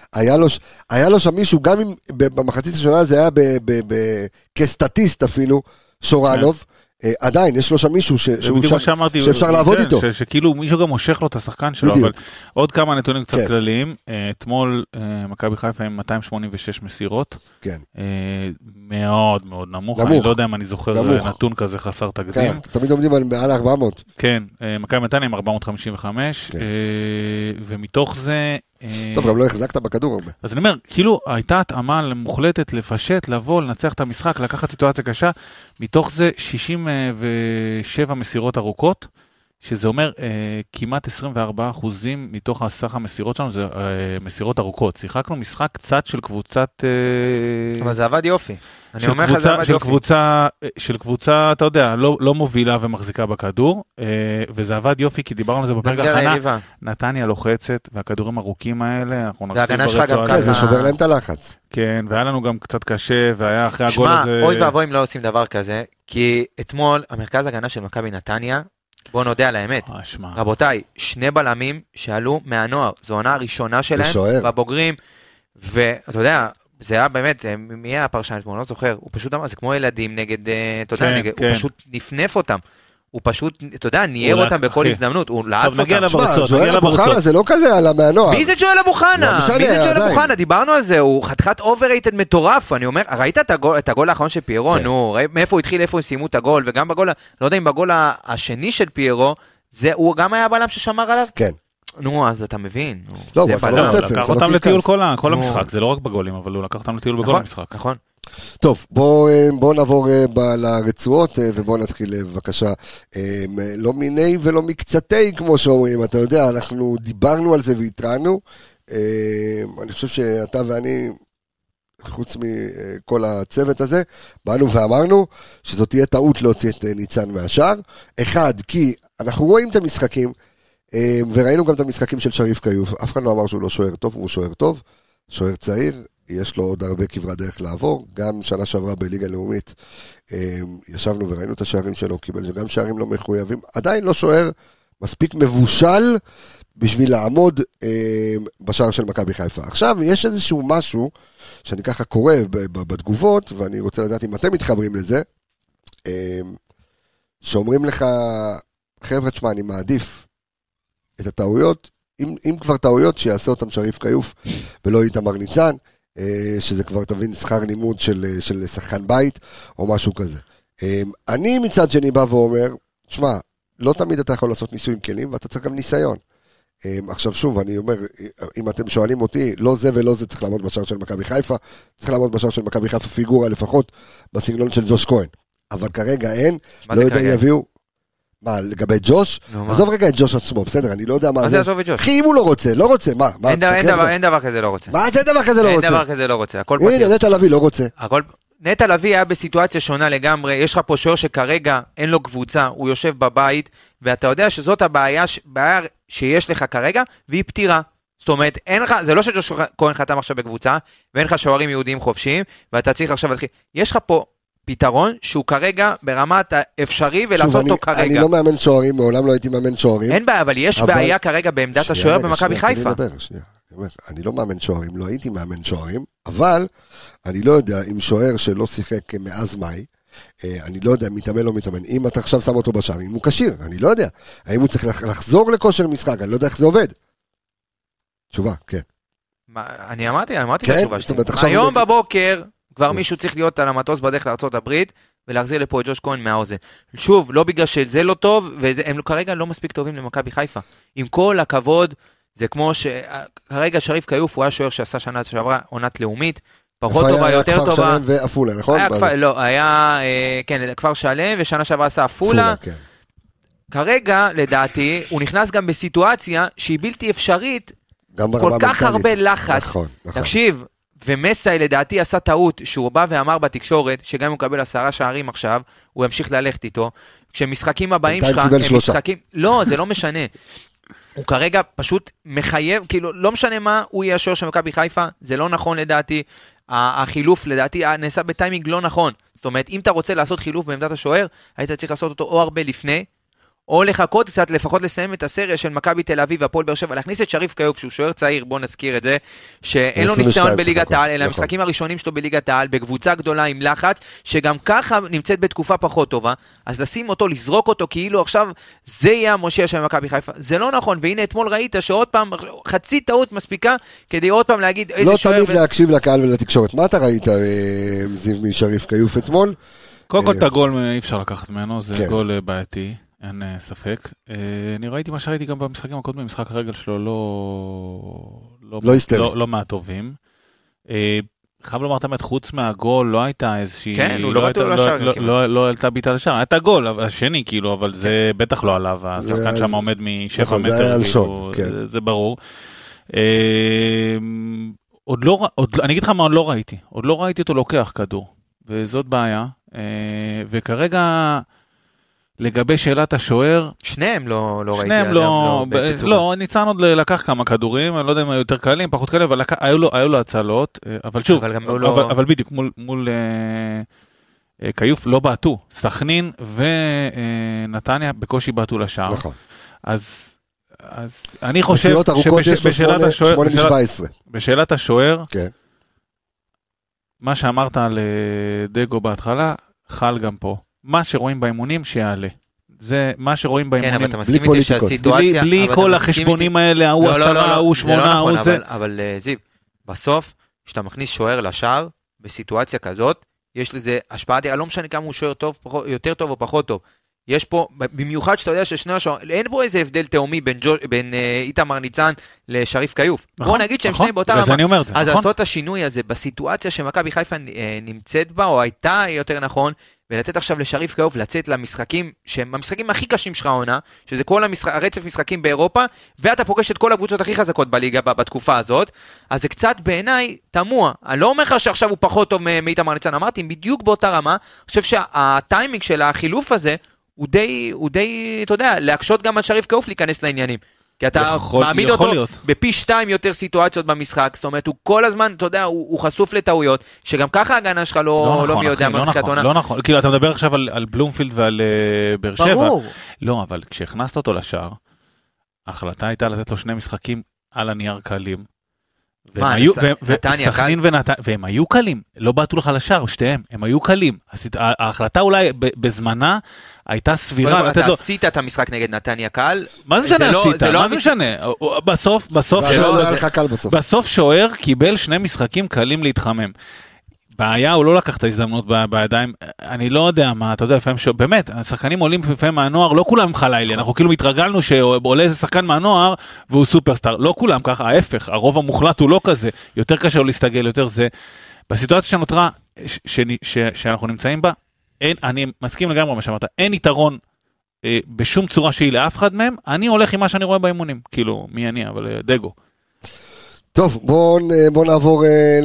היה לו שם מישהו, גם אם במחצית הראשונה זה היה כסטטיסט אפילו, שורנוב, עדיין, יש לו שם מישהו שאפשר לעבוד איתו. שכאילו מישהו גם מושך לו את השחקן שלו, אבל עוד כמה נתונים קצת כלליים. אתמול מכבי חיפה עם 286 מסירות. כן. מאוד מאוד נמוך. אני לא יודע אם אני זוכר נתון כזה חסר תקדים. תמיד עומדים על מעל 400. כן, מכבי נתניה עם 455, ומתוך זה... טוב, גם לא החזקת בכדור הרבה. אז אני אומר, כאילו הייתה התאמה מוחלטת לפשט, לבוא, לנצח את המשחק, לקחת סיטואציה קשה, מתוך זה 67 מסירות ארוכות, שזה אומר כמעט 24% מתוך הסך המסירות שלנו, זה מסירות ארוכות. שיחקנו משחק קצת של קבוצת... אבל זה עבד יופי. אני אומר לך, זה עבד יופי. של קבוצה, אתה יודע, לא מובילה ומחזיקה בכדור, וזה עבד יופי, כי דיברנו על זה בפרק הכנה, נתניה לוחצת, והכדורים ארוכים האלה, אנחנו נחזיק ברצועה. זה שובר להם את הלחץ. כן, והיה לנו גם קצת קשה, והיה אחרי הגול הזה... שמע, אוי ואבוי אם לא עושים דבר כזה, כי אתמול, המרכז הגנה של מכבי נתניה, בואו נודה על האמת. רבותיי, 2 בלמים שעלו מהנוער, זו עונה הראשונה שלהם בבוגרים, ואתה יודע, זה היה באמת, מי היה הפרשן אתמול, לא זוכר, הוא פשוט אמר, זה כמו ילדים נגד, אתה יודע, הוא פשוט נפנף אותם. הוא פשוט, אתה יודע, נייר אותם בכל הזדמנות, הוא לעס אותם. ג'ואל אבו חנה זה לא כזה עלה מהנוער. מי זה ג'ואל אבו חנה? מי זה ג'ואל אבו חנה? דיברנו על זה, הוא חתיכת אובררייטד מטורף, אני אומר, ראית את הגול האחרון של פיירו, נו, מאיפה הוא התחיל, איפה הם סיימו את הגול, וגם בגול, לא יודע אם בגול השני של פיירו, הוא גם היה הבלם ששמר עליו? כן. נו, אז אתה מבין. לא, הוא עשה לו צפר. לקח אותם לטיול כל המשחק, זה לא רק בגולים, אבל הוא לקח אותם לטיול בכל המשחק. נכון. טוב, בואו נעבור לרצועות, ובואו נתחיל בבקשה, לא מיני ולא מקצתי, כמו שאומרים, אתה יודע, אנחנו דיברנו על זה והתרענו, אני חושב שאתה ואני, חוץ מכל הצוות הזה, באנו ואמרנו, שזאת תהיה טעות להוציא את ניצן מהשאר, אחד, כי אנחנו רואים את המשחקים, וראינו גם את המשחקים של שריף קיוף, אף אחד לא אמר שהוא לא שוער טוב, הוא שוער טוב, שוער צעיר, יש לו עוד הרבה כברת דרך לעבור, גם שנה שעברה בליגה לאומית, ישבנו וראינו את השערים שלו, קיבל גם שערים לא מחויבים, עדיין לא שוער מספיק מבושל, בשביל לעמוד בשער של מכבי חיפה. עכשיו, יש איזשהו משהו, שאני ככה קורא בתגובות, ואני רוצה לדעת אם אתם מתחברים לזה, שאומרים לך, חבר'ה, תשמע, אני מעדיף את הטעויות, אם כבר טעויות, שיעשה אותם שריף קיוף, ולא איתמר ניצן, שזה כבר תבין שכר לימוד של שחקן בית, או משהו כזה. אני מצד שני בא ואומר, תשמע, לא תמיד אתה יכול לעשות ניסוי עם כלים, ואתה צריך גם ניסיון. עכשיו שוב, אני אומר, אם אתם שואלים אותי, לא זה ולא זה צריך לעמוד בשער של מכבי חיפה, צריך לעמוד בשער של מכבי חיפה פיגורה לפחות, בסגנון של ג'וש כהן. אבל כרגע אין, לא יודע יביאו, מה, לגבי ג'וש? עזוב רגע את ג'וש עצמו, בסדר, אני לא יודע מה זה. כי אם הוא לא רוצה, מה? אין דבר כזה לא רוצה. מה זה דבר כזה לא רוצה? אין דבר כזה לא רוצה, הכל פתיר. הנה, נטע לביא לא רוצה. נטע לביא היה בסיטואציה שונה לגמרי, יש לך פה שוער שכרגע אין לו קבוצה, הוא יושב בבית, ואתה יודע שזאת הבעיה שיש לך כרגע, והיא פתירה. זאת אומרת, זה לא שג'וש כהן חתם עכשיו בקבוצה, ואין לך שוערים יהודיים חופשיים, ואתה צריך עכשיו להתחיל. יש לך פה פתרון שהוא כרגע ברמת האפשרי ולעשות אותו כרגע. אני לא מאמן שוערים, מעולם לא הייתי מאמן שוערים. אין בעיה, אבל יש בעיה כרגע בעמדת השוער במכבי חיפה. אני לא מאמן שוערים, לא הייתי מאמן שוערים, אבל אני לא יודע אם שוער שלא שיחק מאז מאי, אני לא יודע, מתאמן לא מתאמן, אם אתה עכשיו שם אותו בשער, אם הוא קשיר, אני לא יודע. האם הוא צריך לחזור לכושר משחק, אני לא יודע איך זה עובד. תשובה, כן. אני אמרתי את התשובה שלי. היום בבוקר כבר מישהו צריך להיות על המטוס בדרך לארצות הברית, ולהחזיר לפה את ג'וש כהן מהאוזן. שוב, לא בגלל שזה לא טוב, והם כרגע לא מספיק טובים למכבי חיפה. עם כל הכבוד, זה כמו שכרגע שריף קיוף, הוא היה שוער שעשה שנה שעברה עונת לאומית, פחות טובה, יותר טובה. כפר שלם ואפולה, נכון? לא, היה, כן, כפר שלם, ושנה שעברה עשה אפולה. כרגע, לדעתי, הוא נכנס גם בסיטואציה שהיא בלתי אפשרית, כל כך הרבה לחץ. תקשיב, ומסאי לדעתי עשה טעות, שהוא בא ואמר בתקשורת, שגם אם הוא מקבל 10 שערים עכשיו, הוא ימשיך ללכת איתו, כשמשחקים הבאים שלך, לא, זה לא משנה. הוא כרגע פשוט מחייב, כאילו, לא משנה מה, הוא יהיה השוער של מכבי חיפה, זה לא נכון לדעתי, החילוף לדעתי נעשה בטיימינג לא נכון, זאת אומרת, אם אתה רוצה לעשות חילוף בעמדת השוער, היית צריך לעשות אותו או הרבה לפני, או לחכות קצת, לפחות לסיים את הסריה של מכבי תל אביב והפועל באר שבע, להכניס את שריף קיוף, שהוא שוער צעיר, בוא נזכיר את זה, שאין לו ניסיון בליגת העל, אלא המשחקים הראשונים שלו בליגת העל, בקבוצה גדולה עם לחץ, שגם ככה נמצאת בתקופה פחות טובה, אז לשים אותו, לזרוק אותו, כאילו עכשיו זה יהיה המושיע של מכבי חיפה, זה לא נכון, והנה אתמול ראית שעוד פעם, חצי טעות מספיקה, כדי עוד פעם להגיד איזה שוער... לא תמיד להקשיב לקהל ולתקשורת. מה אתה ראית, זיו, משריף קיוף אתמול? קודם כל את הגול אי אפשר לקחת ממנו, זה גול בעייתי. אין ספק. אני ראיתי מה שראיתי גם במשחקים הקודמים, משחק הרגל שלו לא מהטובים. חייב לומר תמיד, חוץ מהגול לא הייתה איזושהי... כן, הוא לא בטוח לשער. לא העלתה ביטה לשער, הייתה גול, השני כאילו, אבל זה בטח לא עליו, השחקן שם עומד מ7 מטר, זה ברור. אני אגיד לך מה, עוד לא ראיתי אותו לוקח כדור, וזאת בעיה, וכרגע... לגבי שאלת השוער... שניהם לא ראיתי. שניהם לא, ניצן עוד לקח כמה כדורים, אני לא יודע אם היו יותר קלים, פחות קלים, אבל היו לו הצלות, אבל שוב, אבל בדיוק מול קיוף לא בעטו, סכנין ונתניה בקושי בעטו לשער. נכון. אז אני חושב שבשאלת השוער, מה שאמרת על דגו בהתחלה, חל גם פה. מה שרואים באימונים שיעלה. זה מה שרואים באימונים. כן, אבל אתה מסכים איתי שהסיטואציה... בלי כל החשבונים האלה, הוא 10, הוא 8, הוא זה. אבל זיו, בסוף, כשאתה מכניס שוער לשער, בסיטואציה כזאת, יש לזה השפעה, לא משנה כמה הוא שוער יותר טוב או פחות טוב. יש פה, במיוחד שאתה יודע ששני השוער, אין פה איזה הבדל תאומי בין איתמר ניצן לשריף קיוף. בוא נגיד שהם שני באותה רמה. אז לעשות את השינוי הזה, בסיטואציה שמכבי חיפה נמצאת בה, או הייתה יותר נכון, ולתת עכשיו לשריף קיוף לצאת למשחקים, שהם המשחקים הכי קשים שלך העונה, שזה כל הרצף משחקים באירופה, ואתה פוגש את כל הקבוצות הכי חזקות בליגה בתקופה הזאת, אז זה קצת בעיניי תמוה. אני לא אומר לך שעכשיו הוא פחות טוב מאיתמר ניצן, אמרתי, בדיוק באותה רמה, אני חושב שהטיימינג של החילוף הזה, הוא די, אתה יודע, להקשות גם על שריף קיוף להיכנס לעניינים. כי אתה מעמיד אותו בפי 2 יותר סיטואציות במשחק, זאת אומרת, הוא כל הזמן, אתה יודע, הוא חשוף לטעויות, שגם ככה ההגנה שלך לא מי יודע מה מתחילת עונה. לא נכון, כאילו אתה מדבר עכשיו על בלומפילד ועל באר שבע. ברור. לא, אבל כשהכנסת אותו לשער, ההחלטה הייתה לתת לו 2 משחקים על הנייר קלים, והם היו קלים, לא בעטו לך לשער, שתיהם, הם היו קלים. ההחלטה אולי בזמנה הייתה סבירה. אתה עשית את המשחק נגד נתניה קל? מה זה משנה עשית? מה זה משנה? בסוף שוער קיבל 2 משחקים קלים להתחמם. בעיה, הוא לא לקח את ההזדמנות בידיים, אני לא יודע מה, אתה יודע, לפעמים באמת, השחקנים עולים לפעמים מהנוער, לא כולם חלילי, אנחנו כאילו מתרגלנו שעולה איזה שחקן מהנוער, והוא סופרסטאר, לא כולם ככה, ההפך, הרוב המוחלט הוא לא כזה, יותר קשה לו להסתגל, יותר זה, בסיטואציה שנותרה, שאנחנו נמצאים בה, אני מסכים לגמרי מה שאמרת, אין יתרון בשום צורה שהיא לאף אחד מהם, אני הולך עם מה שאני רואה באימונים, כאילו, מי אני, אבל דגו. טוב, בוא נעבור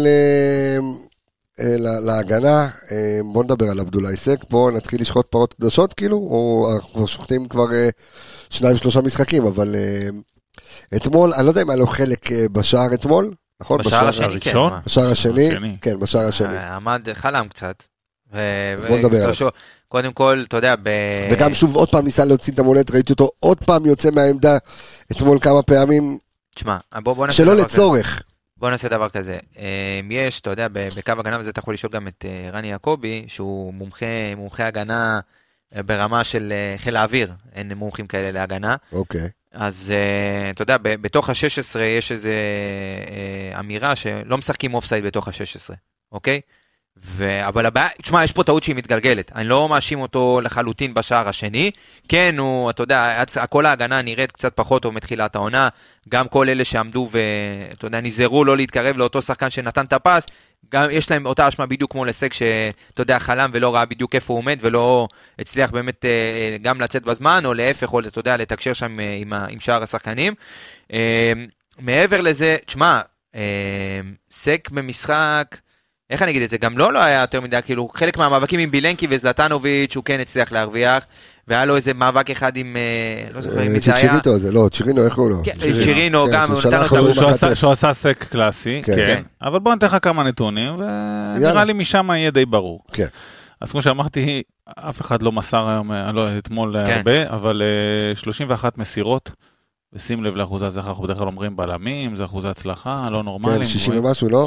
להגנה, בוא נדבר על עבדולאי סק, בוא נתחיל לשחוט פרות קדושות כאילו, או אנחנו שוחטים כבר 2-3 משחקים, אבל אתמול, אני לא יודע אם היה לו חלק בשער אתמול, נכון? בשער השני, כן. בשער השני, כן, בשער השני. עמד חלם קצת. בוא נדבר עליו. קודם כל, אתה יודע, וגם שוב עוד פעם ניסה להוציא את המולדת, ראיתי אותו עוד פעם יוצא מהעמדה, אתמול כמה פעמים, תשמע, בוא נעשה שלא לצורך. בוא נעשה דבר כזה, יש, אתה יודע, בקו הגנה, וזה אתה יכול לשאול גם את רני יעקובי, שהוא מומחה הגנה ברמה של חיל האוויר, אין מומחים כאלה להגנה. אוקיי. אז אתה יודע, בתוך ה-16 יש איזו אמירה שלא משחקים אופסייד בתוך ה-16, אוקיי? אבל הבעיה, תשמע, יש פה טעות שהיא מתגלגלת, אני לא מאשים אותו לחלוטין בשער השני, כן, הוא, אתה יודע, כל ההגנה נראית קצת פחות טוב מתחילת העונה, גם כל אלה שעמדו ואתה יודע, נזהרו לא להתקרב לאותו שחקן שנתן את הפס, גם יש להם אותה אשמה בדיוק כמו לסק שאתה יודע, חלם ולא ראה בדיוק איפה הוא עומד, ולא הצליח באמת גם לצאת בזמן, או להפך, או אתה יודע, לתקשר שם עם שאר השחקנים. מעבר לזה, תשמע, סק במשחק, איך אני אגיד את זה? גם לא היה יותר מדי, כאילו חלק מהמאבקים עם בילנקי וזלטנוביץ' הוא כן הצליח להרוויח, והיה לו איזה מאבק אחד עם, לא זוכר אם זה היה... צ'יריטו זה, לא, צ'ירינו, איך הוא לא? צ'ירינו גם, הוא נתן אותו... שהוא עשה סק קלאסי, כן. אבל בוא נתן לך כמה נתונים, ונראה לי משם יהיה די ברור. כן. אז כמו שאמרתי, אף אחד לא מסר היום, לא אתמול הרבה, אבל 31 מסירות, ושים לב לאחוזת, זה אנחנו בדרך כלל אומרים בלמים, זה אחוזת הצלחה, לא נורמליים. כן, 60 ומשהו, לא?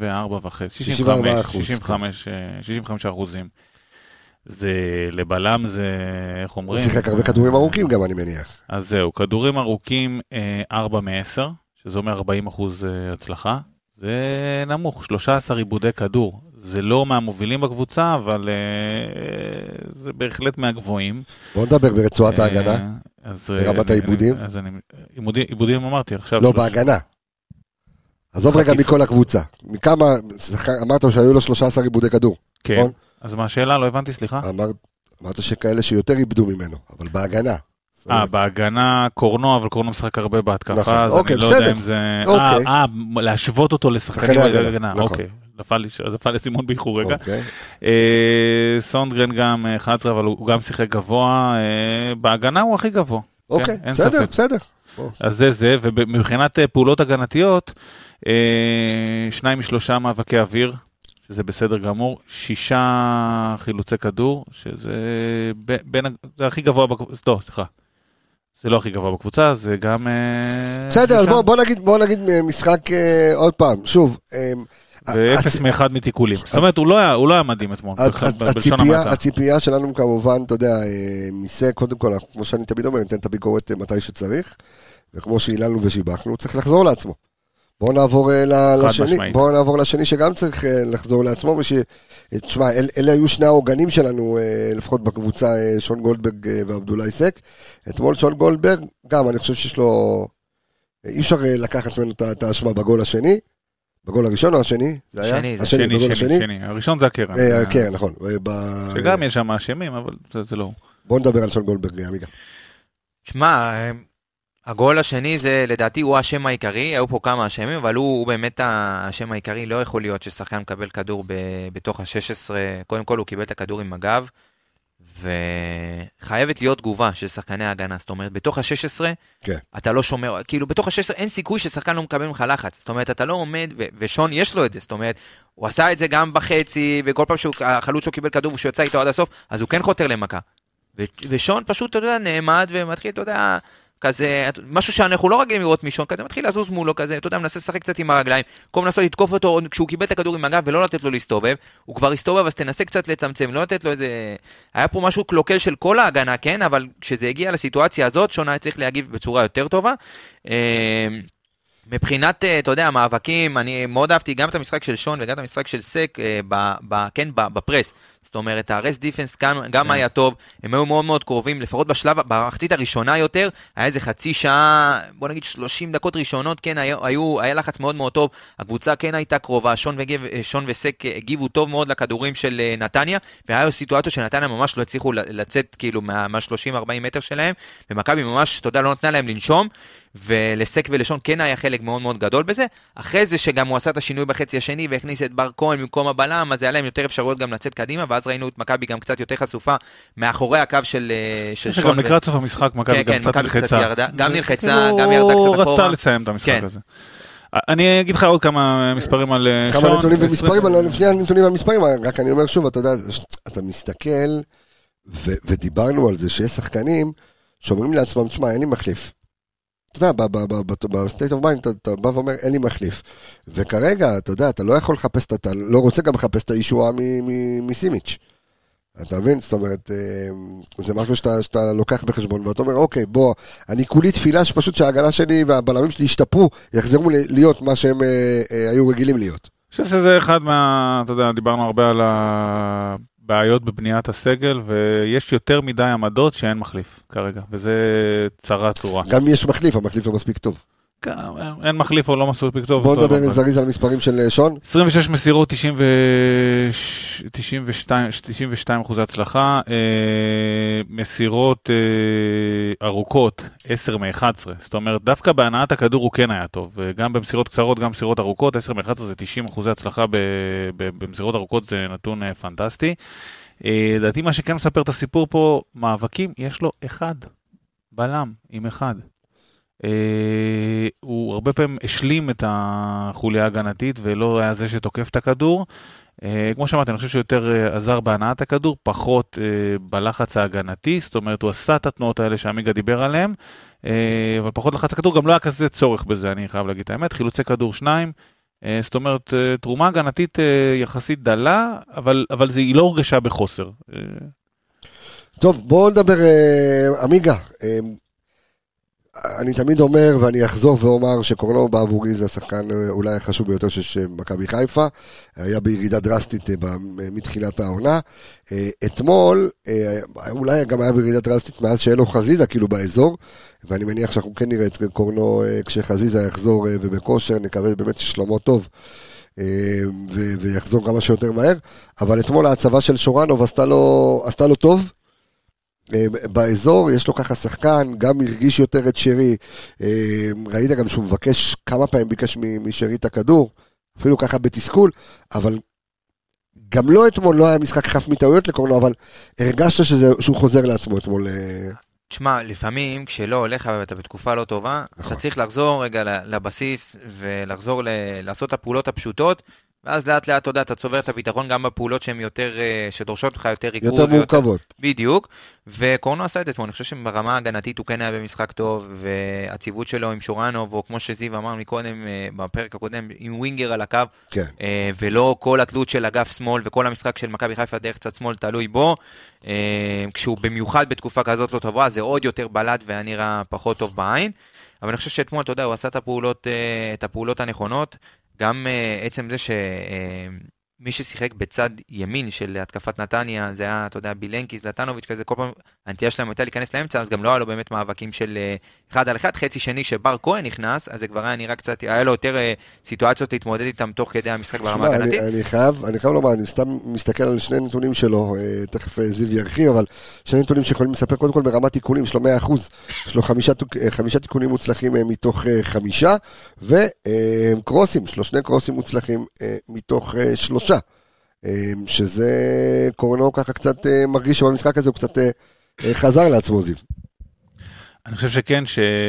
65%. זה לבלם, זה, איך אומרים? הוא שיחק הרבה כדורים ארוכים גם, אני מניח. אז זהו, כדורים ארוכים 4 מ-10, שזה אומר 40% הצלחה. זה נמוך, 13 עיבודי כדור. זה לא מהמובילים בקבוצה, אבל זה בהחלט מהגבוהים. בוא נדבר ברצועת ההגנה, ברמת העיבודים. עיבודים אמרתי עכשיו. לא, בהגנה. עזוב רגע מכל הקבוצה. מכמה, אמרת שהיו לו 13 עיבודי כדור. כן, אז מה השאלה? לא הבנתי, סליחה. אמרת שכאלה שיותר עיבדו ממנו, אבל בהגנה. בהגנה קורנו, אבל קורנו משחק הרבה בהתקפה, אז אני לא יודע אם זה... להשוות אותו לשחקנים בהגנה, אוקיי. נפל לסימון באיחור רגע. סונדגרן גם 11, אבל הוא גם שיחק גבוה. בהגנה הוא הכי גבוה. אוקיי, בסדר. אז זה, ומבחינת פעולות הגנתיות, 2 מ3 מאבקי אוויר, שזה בסדר גמור, 6 חילוצי כדור, שזה זה הכי גבוה בקבוצה, לא, סליחה. זה לא הכי גבוה בקבוצה, זה גם... בסדר, בוא נגיד משחק עוד פעם, שוב... ו-0 מ-1 מתיקולים. זאת אומרת, הוא לא היה מדהים אתמול. הציפייה שלנו כמובן, אתה יודע, מסק, קודם כל, כמו שאני תמיד אומר, ניתן את הביקורת מתי שצריך, וכמו שאילנו ושיבחנו, צריך לחזור לעצמו. בואו נעבור לשני שגם צריך לחזור לעצמו, תשמע, אלה היו שני העוגנים שלנו, לפחות בקבוצה, שון גולדברג ועבדולאי סק. אתמול שון גולדברג, גם אני חושב שיש לו, אי אפשר לקחת ממנו את האשמה בגול השני, בגול הראשון או השני? השני. הראשון זה הקרן. הקרן, נכון. שגם יש שם האשמים, אבל זה לא. בואו נדבר על שון גולדברג, עמיגה. שמע, הגול השני זה לדעתי הוא השם העיקרי, היו פה כמה השמים, אבל הוא באמת השם העיקרי, לא יכול להיות ששחקן מקבל כדור בתוך ה-16, קודם כל הוא קיבל את הכדור עם הגב, וחייבת להיות תגובה של שחקני ההגנה, זאת אומרת, בתוך ה-16, אתה לא שומר, כאילו בתוך ה-16 אין סיכוי ששחקן לא מקבל ממך לחץ, זאת אומרת, אתה לא עומד, ושון יש לו את זה, זאת אומרת, הוא עשה את זה גם בחצי, וכל פעם שהחלוץ שלו קיבל כדור, ושהוא יוצא איתו עד הסוף, אז הוא כן חותר למכה, ושון פשוט, אתה יודע, נעמד ומתחיל, אתה יודע, כזה, משהו שאנחנו לא רגילים לראות מישון, כזה מתחיל לזוז מולו, כזה, אתה יודע, מנסה לשחק קצת עם הרגליים, כל מנסות לתקוף אותו, כשהוא קיבל את הכדור עם הגב, ולא לתת לו להסתובב, הוא כבר הסתובב, אז תנסה קצת לצמצם, לא לתת לו איזה, היה פה משהו קלוקל של כל ההגנה, כן, אבל כשזה הגיע לסיטואציה הזאת, שון היה צריך להגיב בצורה יותר טובה, מבחינת, אתה יודע, המאבקים, אני מאוד אהבתי גם את המשחק של שון וגם את המשחק של סק, כן, בפרס. זאת אומרת, הרס דיפנס גם היה טוב, הם היו מאוד מאוד קרובים, לפחות בשלב, במחצית הראשונה יותר, היה איזה חצי שעה, בוא נגיד 30 דקות ראשונות, כן, היה לחץ מאוד מאוד טוב, הקבוצה כן הייתה קרובה, שון וסק הגיבו טוב מאוד לכדורים של נתניה, והיו סיטואציות שנתניה ממש לא הצליחו לצאת כאילו מה-30-40 מטר שלהם, ומכבי ממש, אתה יודע, לא נתנה להם לנשום, ולסק ולשון כן היה חלק מאוד מאוד גדול בזה, אחרי זה שגם הוא עשה את השינוי בחצי השני והכניס את בר כהן במקום הבלם, אז היה להם יותר אפשרויות גם לצאת קדימה, ואז ראינו את מכבי גם קצת יותר חשופה מאחורי הקו של שון. גם לקראת סוף המשחק מכבי גם קצת נלחצה. גם נלחצה, גם ירדה קצת אחורה. הוא רצה לסיים את המשחק הזה. אני אגיד לך עוד כמה מספרים על שון. כמה נתונים ומספרים, אבל לפני הנתונים והמספרים, רק אני אומר שוב, אתה יודע, אתה מסתכל, ודיברנו על זה שיש שחקנים שאומרים לעצמם, תשמע, אין לי מחליף. אתה יודע, ב-state of mind, אתה בא ואומר, אין לי מחליף. וכרגע, אתה יודע, אתה לא יכול לחפש, אתה לא רוצה גם לחפש את הישועה מסימיץ'. אתה מבין? זאת אומרת, זה משהו שאתה לוקח בחשבון, ואתה אומר, אוקיי, בוא, אני כולי תפילה שפשוט שההגנה שלי והבלמים שלי ישתפרו, יחזרו להיות מה שהם היו רגילים להיות. אני חושב שזה אחד אתה יודע, דיברנו הרבה על בעיות בבניית הסגל, ויש יותר מדי עמדות שאין מחליף כרגע, וזה צרה צורה. גם יש מחליף, המחליף לא מספיק טוב. אין מחליף או לא מספיק טוב. בואו נדבר זריז על המספרים של שון. 26 מסירות, 92% הצלחה, מסירות ארוכות, 10 מ-11. זאת אומרת, דווקא בהנעת הכדור הוא כן היה טוב. גם במסירות קצרות, גם במסירות ארוכות, 10 מ-11 זה 90% הצלחה במסירות ארוכות, זה נתון פנטסטי. לדעתי מה שכן מספר את הסיפור פה, מאבקים, יש לו אחד, בלם עם אחד. הוא הרבה פעמים השלים את החוליה ההגנתית ולא היה זה שתוקף את הכדור. כמו שאמרתי, אני חושב שיותר עזר בהנעת הכדור, פחות בלחץ ההגנתי, זאת אומרת הוא עשה את התנועות האלה שעמיגה דיבר עליהן, אבל פחות לחץ הכדור, גם לא היה כזה צורך בזה, אני חייב להגיד את האמת, חילוצי כדור 2, זאת אומרת תרומה הגנתית יחסית דלה, אבל היא לא הורגשה בחוסר. טוב, בואו נדבר עמיגה. אני תמיד אומר ואני אחזור ואומר שקורנו בעבורי זה השחקן אולי החשוב ביותר של מכבי חיפה, היה בירידה דרסטית מתחילת העונה. אתמול אולי גם היה בירידה דרסטית מאז שאין לו חזיזה כאילו באזור, ואני מניח שאנחנו כן נראה את קורנו כשחזיזה יחזור ובכושר, נקווה באמת ששלמה טוב ויחזור כמה שיותר מהר, אבל אתמול ההצבה של שורנוב עשתה לו טוב באזור, יש לו ככה שחקן, גם הרגיש יותר את שרי, ראית גם שהוא מבקש, כמה פעמים ביקש משרי את הכדור, אפילו ככה בתסכול, אבל גם לא אתמול, לא היה משחק חף מטעויות לקורנו, אבל הרגשת שהוא חוזר לעצמו אתמול. תשמע, לפעמים כשלא הולך ואתה בתקופה לא טובה, אתה צריך לחזור רגע לבסיס, ולחזור לעשות את הפעולות הפשוטות, ואז לאט לאט אתה צובר את הביטחון גם בפעולות שהן יותר, שדורשות לך יותר ריכוז. יותר מורכבות. בדיוק, וקורנו עשה את זה, אני חושב שברמה הגנתית הוא כן היה במשחק טוב, והציוות שלו עם שורנוב, או כמו שזיו אמר מקודם, בפרק הקודם, עם ווינגר על הקו, כן. ולא כל התלות של אגף שמאל, וכל המשחק של מכבי חיפה דרך צד שמאל תלוי בו, כשהוא במיוחד בתקופה כזאת לא טובה, זה עוד יותר בלט והיה נראה פחות טוב בעין, אבל אני חושב שאתמול, אתה יודע, הוא עשה את הפעולות הנכונות, גם עצם זה שמי ששיחק בצד ימין של התקפת נתניה, זה היה, אתה יודע, בילנקי, זלטנוביץ' כזה, כל פעם הנטייה שלהם הייתה להיכנס לאמצע, אז גם לא היה לו באמת מאבקים של 1 על 1, חצי שני שבר כהן נכנס, אז זה כבר היה נראה קצת, היה לו יותר סיטואציות להתמודד איתם תוך כדי המשחק ברמה הגנתית. אני חייב לומר, אני סתם מסתכל על שני נתונים שלו, תכף זיו ירחיב, אבל שני נתונים שיכולים לספר קודם כל ברמת תיקונים, יש לו 100%, יש לו 5 תיקונים מוצלחים מתוך 5, וקרוסים, 2 קרוסים מוצלחים מתוך 3. שזה קורנו ככה קצת מרגיש שבמשחק הזה הוא קצת חזר לעצמו זיו. אני חושב שכן,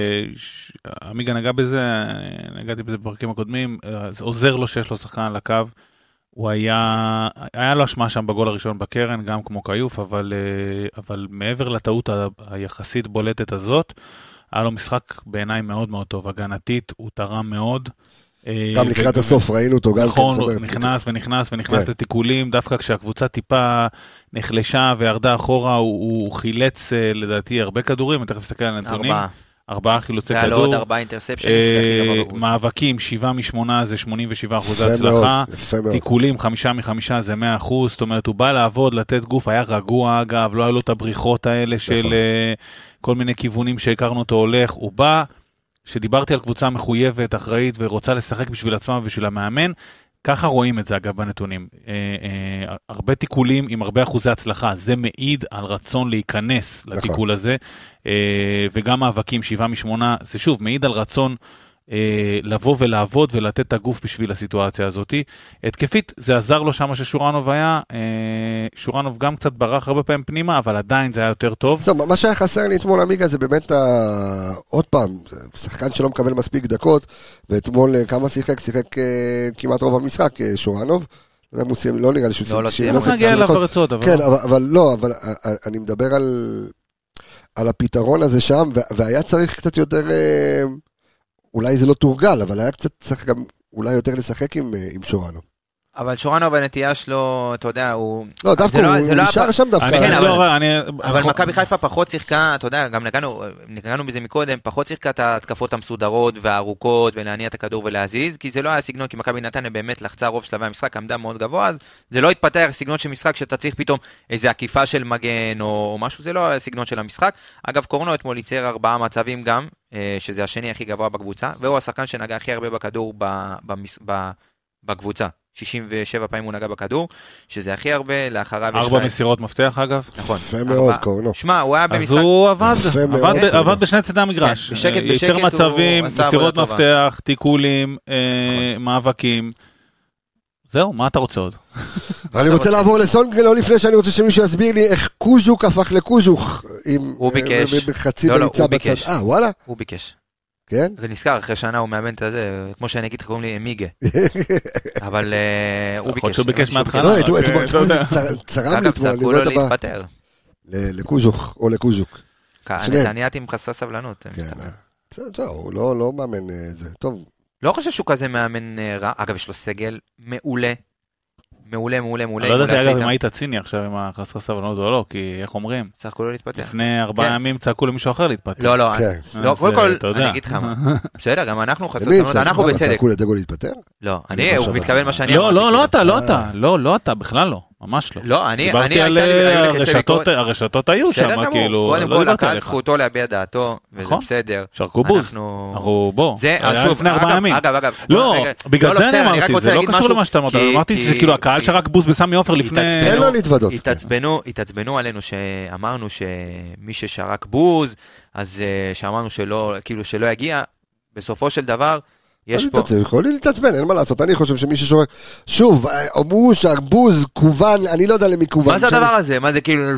שעמיגה נגע בזה, נגעתי בזה בפרקים הקודמים, עוזר לו שיש לו שחקן על הקו, הוא היה לו אשמה שם בגול הראשון בקרן, גם כמו קיוף, אבל מעבר לטעות היחסית בולטת הזאת, היה לו משחק בעיניי מאוד מאוד טוב, הגנתית הוא תרם מאוד, גם לקראת הסוף ראינו אותו, נכון, נכנס לתיקולים, דווקא כשהקבוצה טיפה נחלשה וירדה אחורה, הוא חילץ לדעתי הרבה כדורים, אני תכף אסתכל על הנתונים, 4 חילוצי כדור, היה לו עוד 4 אינטרספשנים, מאבקים 7 מ-8 זה 87% הצלחה, תיקולים 5 מ-5 זה 100%, זאת אומרת הוא בא לעבוד, לתת גוף, היה רגוע אגב, לא היו לו את הבריחות האלה של כל מיני כיוונים שהכרנו אותו הולך, הוא בא, שדיברתי על קבוצה מחויבת, אחראית, ורוצה לשחק בשביל עצמה ובשביל המאמן, ככה רואים את זה אגב בנתונים. הרבה תיקולים עם הרבה אחוזי הצלחה, זה מעיד על רצון להיכנס לתיקול הזה, וגם מאבקים 7 מ-8, זה שוב, מעיד על רצון לבוא ולעבוד ולתת את הגוף בשביל הסיטואציה הזאת. התקפית, זה עזר לו שמה ששורנוב היה, שורנוב גם קצת ברח הרבה פעמים פנימה, אבל עדיין זה היה יותר טוב. מה שהיה חסר לי אתמול עמיגה זה באמת, עוד פעם, שחקן שלא מקבל מספיק דקות, ואתמול כמה שיחק כמעט רוב המשחק, שורנוב, לא נראה לי שהוא לא נגיע אליו ברצות, כן, אבל לא, אבל אני מדבר על הפתרון הזה שם, והיה צריך קצת יותר, אולי זה לא תורגל, אבל היה קצת צריך גם אולי יותר לשחק עם שורנוב. אבל שורנוב הנטייה שלו, אתה יודע, הוא... לא, דווקא הוא נשאר שם דווקא. אבל מכבי חיפה פחות שיחקה, אתה יודע, גם נגענו בזה מקודם, פחות שיחקה את ההתקפות המסודרות והארוכות, ולהניע את הכדור ולהזיז, כי זה לא היה סגנון, כי מכבי נתניה באמת לחצה רוב שלבי המשחק, עמדה מאוד גבוה, אז זה לא התפתח סגנון של משחק, שאתה צריך פתאום איזו עקיפה של מגן או משהו, זה לא היה סגנון של המשחק. אגב, קורנו אתמול ייצר 4 מצבים גם, שזה השני הכי גבוה בקבוצה, והוא השחקן שנגע הכי הרבה בכדור בקבוצה. 67 פעמים הוא נגע בכדור, שזה הכי הרבה, לאחריו... 4 מסירות מפתח אגב. נכון. יפה מאוד, קורנו. שמע, הוא היה במשחק... אז הוא עבד בשני צדי המגרש. יצר מצבים, מסירות מפתח, תיקולים, מאבקים. זהו, מה אתה רוצה עוד? אני רוצה לעבור לסונגרן, לא לפני שאני רוצה שמישהו יסביר לי איך קוז'וק הפך לקוז'וך. הוא ביקש. בחצי ביצה בצד. וואלה? הוא ביקש. כן? ונזכר, אחרי שנה הוא מאמן את זה, כמו שאני אגיד, קוראים לי אמיגה. אבל הוא ביקש. הוא ביקש מהתחלה. לא, אתמול זה צרם לי אתמול. אגב, צעקו לו להתפטר. לקוז'וך, או לקוז'וק. אני הייתי עם חסר סבלנות. בסדר, הוא לא מאמן זה. טוב. לא חושב שהוא כזה מאמן רע. אגב, יש לו סגל מעולה. מעולה. לא יודעת אגב אם היית ציני עכשיו עם החסר סבלנות או לא, כי איך אומרים? צעקו לו להתפטר. לפני 4 ימים צעקו למישהו אחר להתפטר. לא, קודם כל, אני אגיד לך מה. בסדר, גם אנחנו חסר סבלנות, אנחנו בצדק. צעקו לדגו להתפטר? לא, הוא מתכוון מה שאני אמרתי. לא אתה, בכלל לא. ממש לא. לא, דיברתי על הרשתות היו שם, כאילו, קודם כל, הקהל זכותו להביע דעתו, וזה בסדר. שרקו בוז. אנחנו בוא. זה, שוב, לפני 4 ימים. אגב. לא, בגלל זה אני אמרתי, זה לא קשור למה שאתה אמרת, אמרתי שזה כאילו הקהל שרק בוז בסמי עופר לפני... אין לו להתוודות. התעצבנו עלינו שאמרנו שמי ששרק בוז, אז שאמרנו שלא יגיע, בסופו של דבר, יש פה... יכולים להתעצבן, אין מה לעשות, אני חושב שמי ששורק... שוב, אמרו שהבוז כוון, אני לא יודע למי כוון. מה זה הדבר הזה? מה זה כאילו...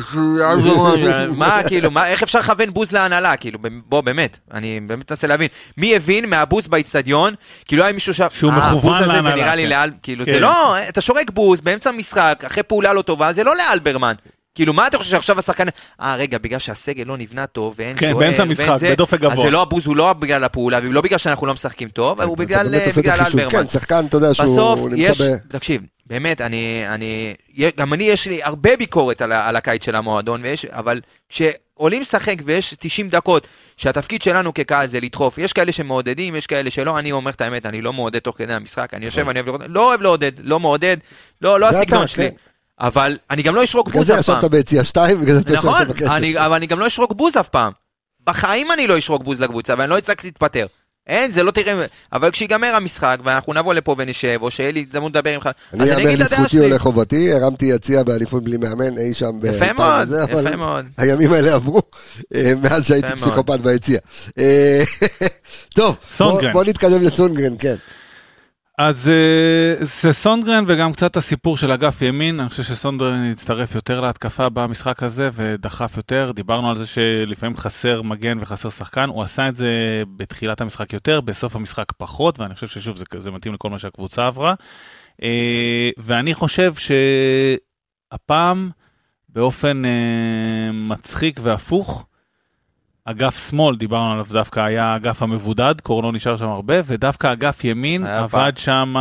מה כאילו, איך אפשר לכוון בוז להנהלה? כאילו, בוא, באמת, אני באמת מנסה להבין. מי הבין מהבוז באצטדיון? כאילו, היה מישהו שהוא מכוון להנהלה. זה נראה לי לאל... כאילו, זה לא... אתה שורק בוז באמצע המשחק, אחרי פעולה לא טובה, זה לא לאלברמן. כאילו, מה אתה חושב שעכשיו השחקן... רגע, בגלל שהסגל לא נבנה טוב, ואין שואל, באמצע המשחק, בדופק גבוה. אז זה לא הבוז, הוא לא בגלל הפעולה, ולא בגלל שאנחנו לא משחקים טוב, הוא בגלל אלברמן. כן, שחקן, אתה יודע שהוא נמצא ב... תקשיב, באמת, גם אני יש לי הרבה ביקורת על הקיץ של המועדון, אבל כשעולים לשחק ויש 90 דקות, שהתפקיד שלנו כקהל זה לדחוף, יש כאלה שמעודדים, יש כאלה שלא, אני אומר את האמת, אני לא מעודד תוך כדי המשחק, אני יושב, אני לא אוהב לעודד, לא מעודד, לא הסגנון שלי. אבל אני גם לא אשרוק בוז אף פעם. בגלל זה ישבת ביציאה 2, בגלל זה אתה יושב שם בכסף. אבל אני גם לא אשרוק בוז אף פעם. בחיים אני לא אשרוק בוז לקבוצה, ואני לא אצטרך להתפטר. אין, זה לא תראה... אבל כשיגמר המשחק, ואנחנו נבוא לפה ונשב, או שיהיה לי הזדמנות לדבר ממך, אני אאמר לזכותי או לחובתי, הרמתי יציאה באליפות בלי מאמן, אי שם... יפה מאוד, יפה מאוד. הימים האלה עברו, מאז שהייתי פסיכופת ביציאה. טוב, בוא נתקדם לסונגרן, כן. אז זה סונגרן וגם קצת הסיפור של אגף ימין, אני חושב שסונגרן יצטרף יותר להתקפה במשחק הזה ודחף יותר, דיברנו על זה שלפעמים חסר מגן וחסר שחקן, הוא עשה את זה בתחילת המשחק יותר, בסוף המשחק פחות, ואני חושב ששוב זה מתאים לכל מה שהקבוצה עברה, ואני חושב שהפעם באופן מצחיק והפוך, אגף שמאל, דיברנו עליו דווקא, היה אגף המבודד, קורנו נשאר שם הרבה, ודווקא אגף ימין עבד שם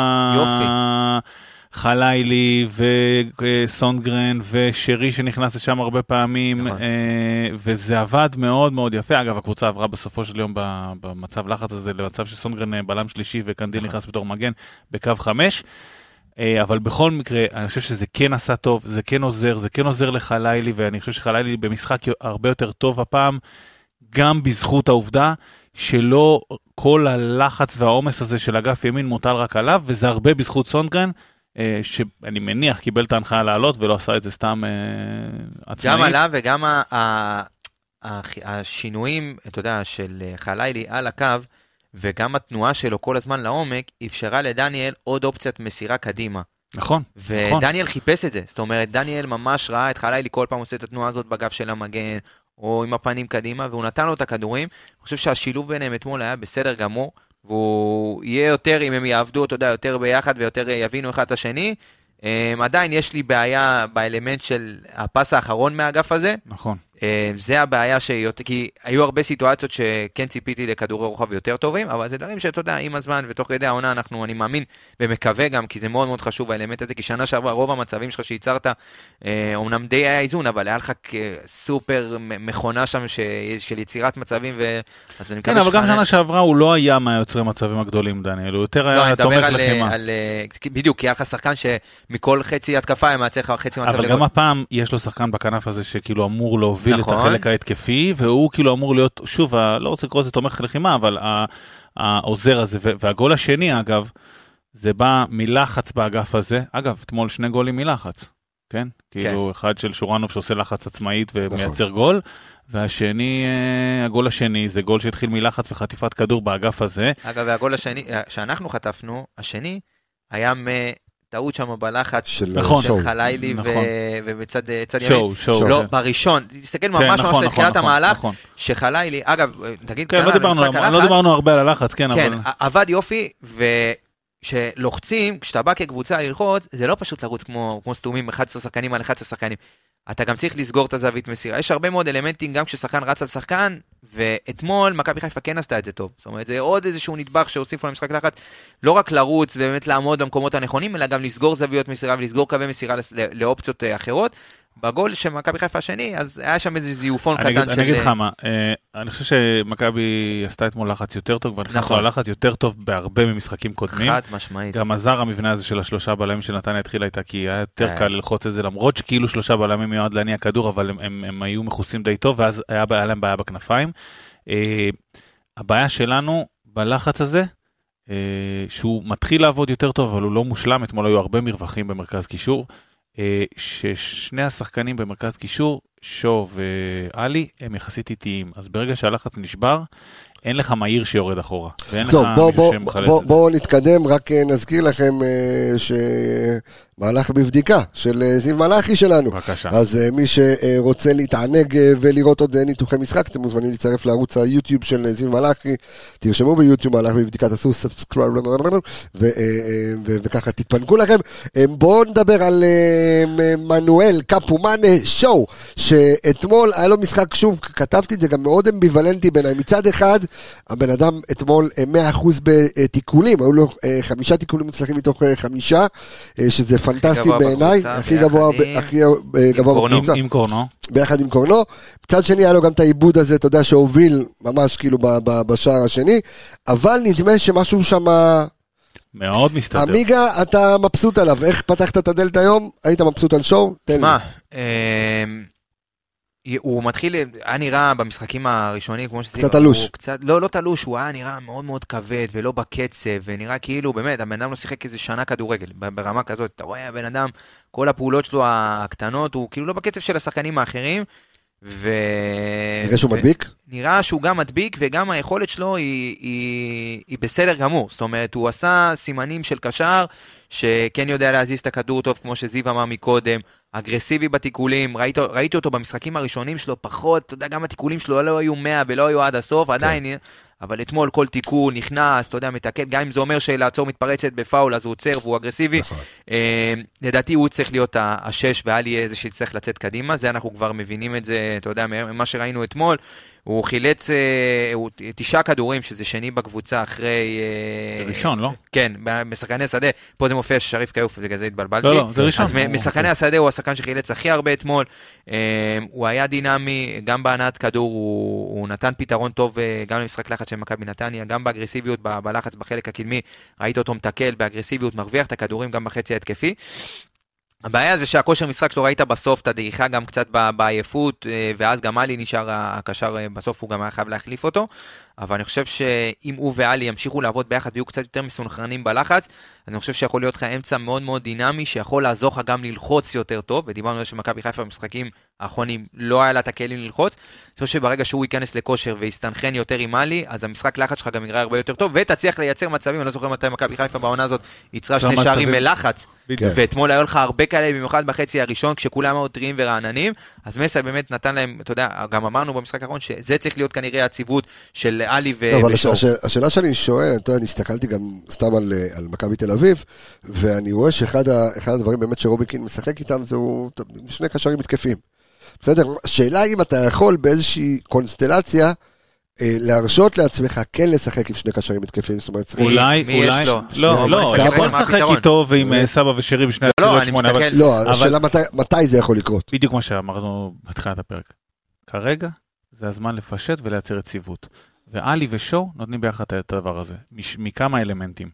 חלילי וסונגרן ושרי שנכנס לשם הרבה פעמים, וזה עבד מאוד מאוד יפה. אגב, הקבוצה עברה בסופו של יום במצב לחץ הזה, למצב שסונגרן בלם שלישי וקנדיל נכנס בתור מגן בקו 5, אבל בכל מקרה, אני חושב שזה כן עשה טוב, זה כן עוזר לחלילי, ואני חושב שחלילי במשחק הרבה יותר טוב הפעם, גם בזכות העובדה שלא כל הלחץ והעומס הזה של אגף ימין מוטל רק עליו, וזה הרבה בזכות סונגרן, שאני מניח קיבל את ההנחיה לעלות ולא עשה את זה סתם עצמאית. גם עליו וגם השינויים, אתה יודע, של חלילי על הקו, וגם התנועה שלו כל הזמן לעומק, אפשרה לדניאל עוד אופציית מסירה קדימה. נכון. ודניאל חיפש את זה, זאת אומרת, דניאל ממש ראה את חלילי כל פעם עושה את התנועה הזאת בגב של המגן, או עם הפנים קדימה, והוא נתן לו את הכדורים. אני חושב שהשילוב ביניהם אתמול היה בסדר גמור, והוא יהיה יותר, אם הם יעבדו, אתה יודע, יותר ביחד, ויותר יבינו אחד את השני. עדיין יש לי בעיה באלמנט של הפס האחרון מהאגף הזה. נכון. זה הבעיה כי היו הרבה סיטואציות שכן ציפיתי לכדורי רוחב יותר טובים, אבל זה דברים שאתה יודע, עם הזמן ותוך כדי העונה אני מאמין ומקווה גם, כי זה מאוד מאוד חשוב האלמנט הזה, כי שנה שעברה רוב המצבים שלך שייצרת, אומנם די היה איזון, אבל היה לך סופר מכונה שם של יצירת מצבים, כן, אבל גם שנה שעברה הוא לא היה מהיוצרי מצבים הגדולים, דניאל, הוא יותר היה תומך לחימה. בדיוק, כי היה לך שחקן שמכל חצי התקפה היה מעצר חצי מצב. אבל גם הפעם יש לו שחקן בכנף הזה שכאילו אמור להוביל להוביל את החלק ההתקפי, והוא כאילו אמור להיות, שוב, לא רוצה לקרוא לזה תומך לחימה, אבל העוזר הזה, והגול השני, אגב, זה בא מלחץ באגף הזה, אגב, אתמול 2 גולים מלחץ, כן? כאילו, אחד של שורנוב שעושה לחץ עצמאית ומייצר גול, והשני, הגול השני, זה גול שהתחיל מלחץ וחטיפת כדור באגף הזה. אגב, והגול השני, שאנחנו חטפנו, השני, היה טעות שם בלחץ של חלילי ובצד ימין. לא, בראשון, תסתכל ממש לתחילת המהלך, שחלילי, אגב, תגיד קטנה על משחק הלחץ. לא דיברנו הרבה על הלחץ, כן, אבל... עבד יופי, כשלוחצים, כשאתה בא כקבוצה ללחוץ, זה לא פשוט לרוץ כמו סתומים 11 שחקנים על 11 שחקנים. אתה גם צריך לסגור את הזווית מסירה. יש הרבה מאוד אלמנטים, גם כששחקן רץ על שחקן, ואתמול מכבי חיפה כן עשתה את זה טוב. זאת אומרת, זה עוד איזשהו נדבך שהוסיפו למשחק לחץ, לא רק לרוץ ובאמת לעמוד במקומות הנכונים, אלא גם לסגור זוויות מסירה ולסגור קווי מסירה לאופציות אחרות. בגול של מכבי חיפה השני, אז היה שם איזה זיופון קטן של... אני אגיד לך מה, אני חושב שמכבי עשתה אתמול לחץ יותר טוב, ואני חושב לחץ יותר טוב בהרבה ממשחקים קודמים. חד משמעית. גם עזר המבנה הזה של 3 בלמים שנתניה התחילה איתה, כי היה יותר קל ללחוץ את זה, למרות שכאילו 3 בלמים מיועד להניע כדור, אבל הם היו מכוסים די טוב, ואז היה להם בעיה בכנפיים. הבעיה שלנו בלחץ הזה, שהוא מתחיל לעבוד יותר טוב, אבל הוא לא מושלם, אתמול היו הרבה מרווחים במרכז קישור, ששני השחקנים במרכז קישור, שו ואלי, הם יחסית איטיים. אז ברגע שהלחץ נשבר, אין לך מהיר שיורד אחורה. טוב, בואו נתקדם, רק נזכיר לכם שמהלך בבדיקה של זיו מלאכי שלנו. בבקשה. אז מי שרוצה להתענג ולראות עוד ניתוחי משחק, אתם מוזמנים להצטרף לערוץ היוטיוב של זיו מלאכי, תרשמו ביוטיוב מהלך בבדיקה, תעשו סאבסקרייב, וככה תתפנקו לכם. בואו נדבר על מנואל קפומאנה שואו, שאתמול היה לו משחק, שוב, כתבתי את זה גם מאוד אמביוולנטי בעיניי, מצד אחד, הבן אדם אתמול 100% בתיקולים, היו לו 5 תיקולים מצליחים מתוך 5, שזה פנטסטי בעיניי, הכי גבוה בקבוצה. עם קורנו. ביחד עם קורנו. מצד שני היה לו גם את העיבוד הזה, אתה יודע, שהוביל ממש כאילו בשער השני, אבל נדמה שמשהו שם... מאוד מסתדר. עמיגה, אתה מבסוט עליו, איך פתחת את הדלת היום? היית מבסוט על שואו? תשמע, הוא מתחיל, היה נראה במשחקים הראשונים, כמו שסיבה, קצת תלוש. לא תלוש, הוא היה נראה מאוד מאוד כבד ולא בקצב, ונראה כאילו, באמת, הבן אדם לא שיחק איזה שנה כדורגל, ברמה כזאת, אתה רואה, הבן אדם, כל הפעולות שלו הקטנות, הוא כאילו לא בקצב של השחקנים האחרים, נראה שהוא מדביק? נראה שהוא גם מדביק, וגם היכולת שלו היא בסדר גמור, זאת אומרת, הוא עשה סימנים של קשר, שכן יודע להזיז את הכדור טוב, כמו שזיו אמר מקודם, אגרסיבי בתיקולים, ראיתי אותו במשחקים הראשונים שלו פחות, אתה יודע, גם התיקולים שלו לא היו 100 ולא היו עד הסוף, עדיין, אבל אתמול כל תיקון נכנס, אתה יודע, מתקד, גם אם זה אומר שלעצור מתפרצת בפאול, אז הוא עוצר והוא אגרסיבי, לדעתי הוא צריך להיות השש, והיה לי איזה שצריך לצאת קדימה, זה אנחנו כבר מבינים את זה, אתה יודע, מה שראינו אתמול, הוא חילץ 9 כדורים, שזה שני בקבוצה אחרי... זה ראשון, לא? כן, משחקני השדה, פה זה מופיע ששריף קיוף, בגלל זה התבלבלתי. לא, זה ראשון. אז משחקני השדה הוא השחקן שחילץ הכי הרבה אתמול, הוא היה דינמי, גם בהנעת כדור, הוא נתן פתרון טוב גם למשחק לחץ של מכבי נתניה, גם באגרסיביות, בלחץ בחלק הקדמי, ראית אותו מתקל באגרסיביות, מרוויח את הכדורים גם בחצי ההתקפי. הבעיה זה שהכושר משחק שלו ראית בסוף את הדעיכה גם קצת בעייפות, ואז גם אלי נשאר הקשר בסוף, הוא גם היה חייב להחליף אותו, אבל אני חושב שאם הוא ואלי ימשיכו לעבוד ביחד ויהיו קצת יותר מסונכרנים בלחץ, אני חושב שיכול להיות לך אמצע מאוד מאוד דינמי, שיכול לעזור לך גם ללחוץ יותר טוב, ודיברנו על שמכבי חיפה במשחקים האחרונים לא היה לה את הכלים ללחוץ, אני חושב שברגע שהוא ייכנס לכושר ויסתנכן יותר עם אלי, אז המשחק לחץ שלך גם יראה הרבה יותר טוב, ותצליח לייצר מצבים, אני לא זוכר מתי מכבי חיפה בעונה הזאת יצרה 2 שערים מלחץ, ואתמול היו לך הרבה כאלה, במיוחד בחצי הראשון, כשכולם מאוד טריים ורעננים, אז מסי באמת נתן להם, אתה יודע, גם אמרנו במשחק האחרון שזה צריך להיות כנראה הציבות של אלי ושור. השאלה שאני שואל, אני הסתכלתי גם סתם על מכבי תל אביב, ואני רואה שאחד הדברים באמת שרוביקין משחק איתם, זהו 2 קשרים מתקפים. בסדר? השאלה אם אתה יכול באיזושהי קונסטלציה, להרשות לעצמך כן לשחק עם 2 קשרים מתקפים, זאת אומרת, אולי, לא, יכול לשחק איתו ועם סבא ושירים בשני הצירות 8, לא, השאלה מתי זה יכול לקרות? בדיוק מה שאמרנו בתחילת הפרק. כרגע זה הזמן לפשט ולייצר יציבות. ואלי ושואו נותנים ביחד את הדבר הזה, מכמה אלמנטים.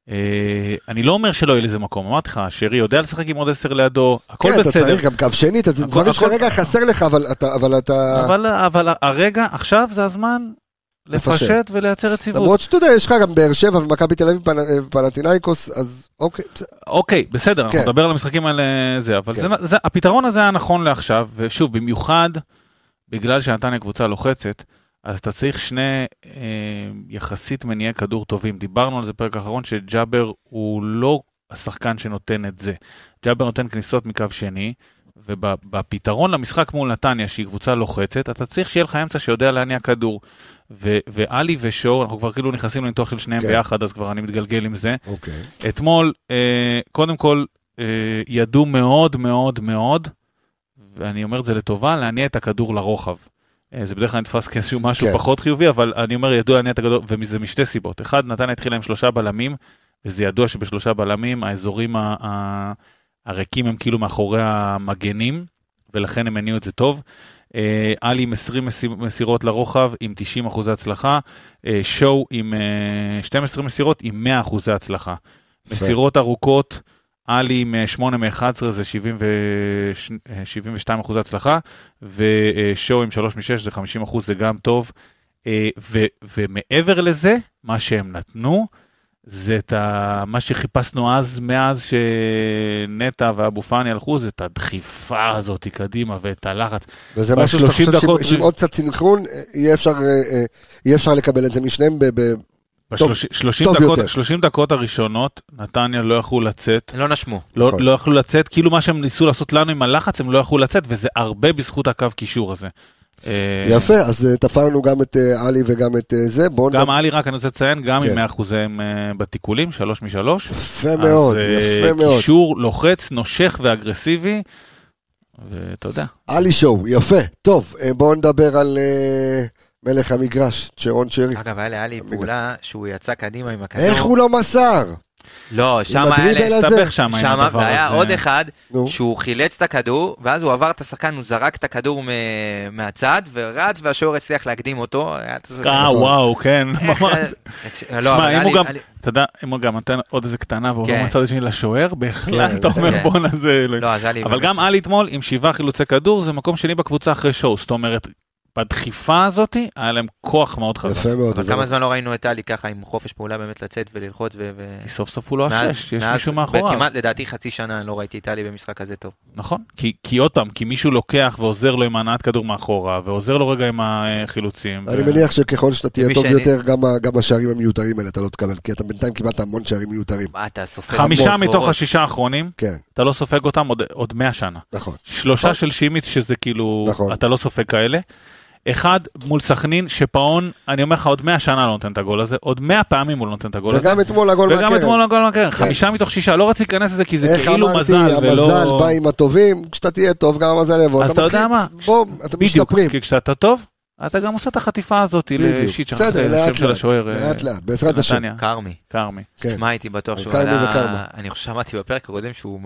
אני לא אומר שלא יהיה לזה מקום, אמרתי לך, שרי יודע לשחק עם עוד 10 לידו, הכל בסדר. כן, אתה צריך גם קו שני, דברים שכרגע חסר לך, אבל אתה... אבל הרגע, עכשיו זה הזמן לפשט ולייצר יציבות. למרות שאתה יודע, יש לך גם באר שבע ומכבי תל אביב פנתינייקוס, אז אוקיי. אוקיי, בסדר, אנחנו נדבר על המשחקים האלה, אבל הפתרון הזה היה נכון לעכשיו, ושוב, במיוחד, בגלל שנתניה קבוצה לוחצת, אז אתה צריך שני יחסית מניעי כדור טובים. דיברנו על זה פרק האחרון שג'אבר הוא לא השחקן שנותן את זה. ג'אבר נותן כניסות מקו שני, ובפתרון למשחק מול נתניה, שהיא קבוצה לוחצת, אתה צריך שיהיה לך אמצע שיודע להניע כדור. ואלי ושור, אנחנו כבר כאילו נכנסים לניתוח של שניהם ביחד, אז כבר אני מתגלגל עם זה. אתמול, קודם כל, ידעו מאוד מאוד מאוד, ואני אומר את זה לטובה, להניע את הכדור לרוחב. זה בדרך כלל נתפס כאיזשהו משהו פחות חיובי, אבל אני אומר, ידעו להניע את הכדור, וזה משתי סיבות. אחד, נתניה התחילה עם 3 בלמים, וזה ידוע שב3 בלמים, האזורים הריקים הם כאילו מאחורי המגנים, ולכן הם הניעו את זה טוב. אלי עם 20 מסירות לרוחב, עם 90% הצלחה, שואו עם 12 מסירות, עם 100% הצלחה. מסירות ארוכות, אלי עם 8 מ-11 זה 72% הצלחה, ושואו עם 3 מ-6 זה 50%, זה גם טוב. ומעבר לזה, מה שהם נתנו, זה את מה שחיפשנו אז, מאז שנטע ואבו פאני הלכו, זה את הדחיפה הזאת קדימה ואת הלחץ. וזה משהו שאתה חושב שעם עוד קצת סינכרון, יהיה אפשר לקבל את זה משניהם ב-30 דקות הראשונות, נתניה לא יכלו לצאת. לא נשמו. לא יכלו לצאת, כאילו מה שהם ניסו לעשות לנו עם הלחץ, הם לא יכלו לצאת, וזה הרבה בזכות הקו קישור הזה. יפה, אז תפרנו גם את אלי וגם את זה. גם אלי, רק אני רוצה לציין, גם עם 100% בתיקולים, 3 מ-3. יפה מאוד, יפה מאוד. קישור לוחץ, נושך ואגרסיבי, ואתה יודע. אלי שואו, יפה. טוב, בואו נדבר על מלך המגרש, צ'רון שרי. אגב, היה לאלי פעולה שהוא יצא קדימה עם הכדור. איך הוא לא מסר? לא, שם היה להסתבך שם, והיה עוד אחד שהוא חילץ את הכדור, ואז הוא עבר את השחקן, הוא זרק את הכדור מהצד, ורץ, והשוער הצליח להקדים אותו. וואו, כן, ממש. שמע, אם הוא גם, אתה יודע, אם הוא גם נתן עוד איזה קטנה, והוא לא מצד השני לשוער, בכלל, אתה אומר בוא נזה. אבל גם אלי אתמול, עם 7 חילוצי כדור, זה מקום שני בקבוצה אחרי שואו, זאת אומרת, בדחיפה הזאת, היה להם כוח מאוד חזק. יפה מאוד. אבל כמה זמן לא ראינו את אלי ככה, עם חופש פעולה באמת לצאת וללחוץ כי סוף סוף הוא לא השש, יש מישהו מאחוריו. כמעט לדעתי חצי שנה אני לא ראיתי את אלי במשחק הזה טוב. נכון, כי עוד פעם, כי מישהו לוקח ועוזר לו עם הנעת כדור מאחורה, ועוזר לו רגע עם החילוצים. אני מניח שככל שאתה תהיה טוב יותר, גם השערים המיותרים האלה אתה לא תקבל, כי אתה בינתיים קיבלת המון שערים מיותרים. 5 מתוך 6 האחרונים, אתה לא סופג אותם עוד 100 שנה. נכון. 3 של שימיץ שזה כאילו, אתה לא סופג כאלה. אחד מול סכנין, שפאון, אני אומר לך, עוד 100 שנה לא נותן את הגול הזה, עוד 100 פעמים הוא לא נותן את הגול הזה. וגם אתמול הגול מהקרן. וגם אתמול הגול מהקרן, 5 מתוך 6, לא רציתי להיכנס לזה, כי זה כאילו מזל, ולא... איך אמרתי, המזל בא עם הטובים, כשאתה תהיה טוב, גם המזל יבוא. אז אתה יודע מה? בוא, אתה משתפרים. כי כשאתה טוב, אתה גם עושה את החטיפה הזאת לשיט שם של השוער. לאט לאט, בעזרת השם. קרמי. תשמע, הייתי בטוח שהוא עלה, אני חושב שמעתי בפרק הקודם שהוא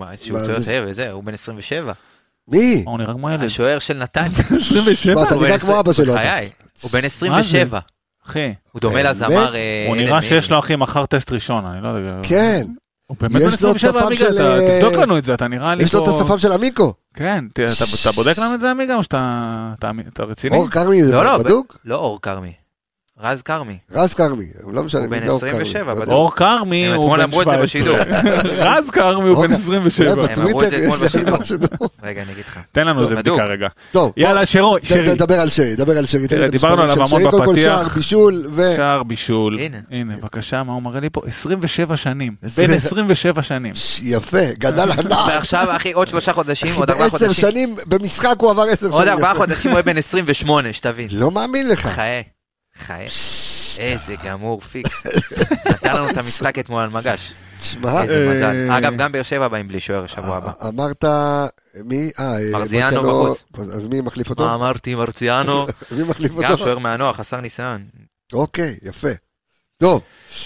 בן 27. מי? הוא נראה כמו ילד. השוער של נתניה. 27? אתה נראה כמו אבא שלו. הוא בן 27. אחי. הוא דומה לזמר. הוא נראה שיש לו אחי מחר טסט ראשון, אני לא יודע. כן. הוא באמת בן 27 אמיגה, תבדוק לנו את זה, אתה נראה לי פה... יש לו את השפם של אמיקו. כן, אתה בודק לנו את זה אמיגה או שאתה רציני? אור קרמי זה בדוק? לא אור קרמי. רז קרמי. רז קרמי, לא משנה. הוא בן 27. אור קרמי הוא בן 17. רז קרמי הוא בן 27. הם אמרו את זה אתמול בשידור. רגע, אני אגיד לך. תן לנו זה בדיקה רגע. טוב. יאללה, שרי. דבר על שרי. דיברנו עליו המון בפתיח. שער בישול ו... שער בישול. הנה, בבקשה, מה הוא מראה לי פה? 27 שנים. בין 27 שנים. יפה, גדל ענק. ועכשיו, אחי, עוד 3 חודשים, עוד 4 חודשים. 10 שנים, במשחק הוא עבר 10 שנים. עוד 4 חודשים הוא בן 28, שתבין. לא מאמין לך. חי. איזה גמור פיקס. נתן לנו את המשחק אתמול על מגש. איזה מזל. אגב, גם באר שבע באים בלי שוער שבוע הבא. אמרת, מי? מרזיאנו בחוץ. אז מי מחליף אותו? מה אמרתי, מרציאנו. מי מחליף אותו? גם שוער מהנוער, חסר ניסיון. אוקיי, יפה. טוב,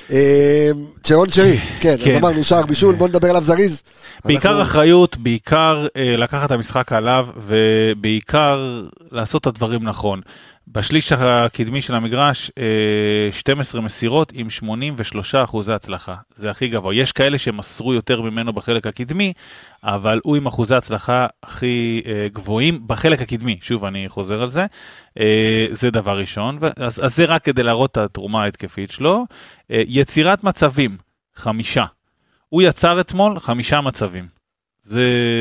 צ'רון שרי, כן, אז אמרנו שער בישול, בוא נדבר עליו זריז. בעיקר אחריות, בעיקר לקחת את המשחק עליו, ובעיקר לעשות את הדברים נכון. בשליש הקדמי של המגרש, 12 מסירות עם 83% הצלחה. זה הכי גבוה. יש כאלה שמסרו יותר ממנו בחלק הקדמי, אבל הוא עם אחוזי הצלחה הכי גבוהים בחלק הקדמי. שוב, אני חוזר על זה. זה דבר ראשון. אז זה רק כדי להראות את התרומה ההתקפית שלו. יצירת מצבים, 5. הוא יצר אתמול 5 מצבים. זה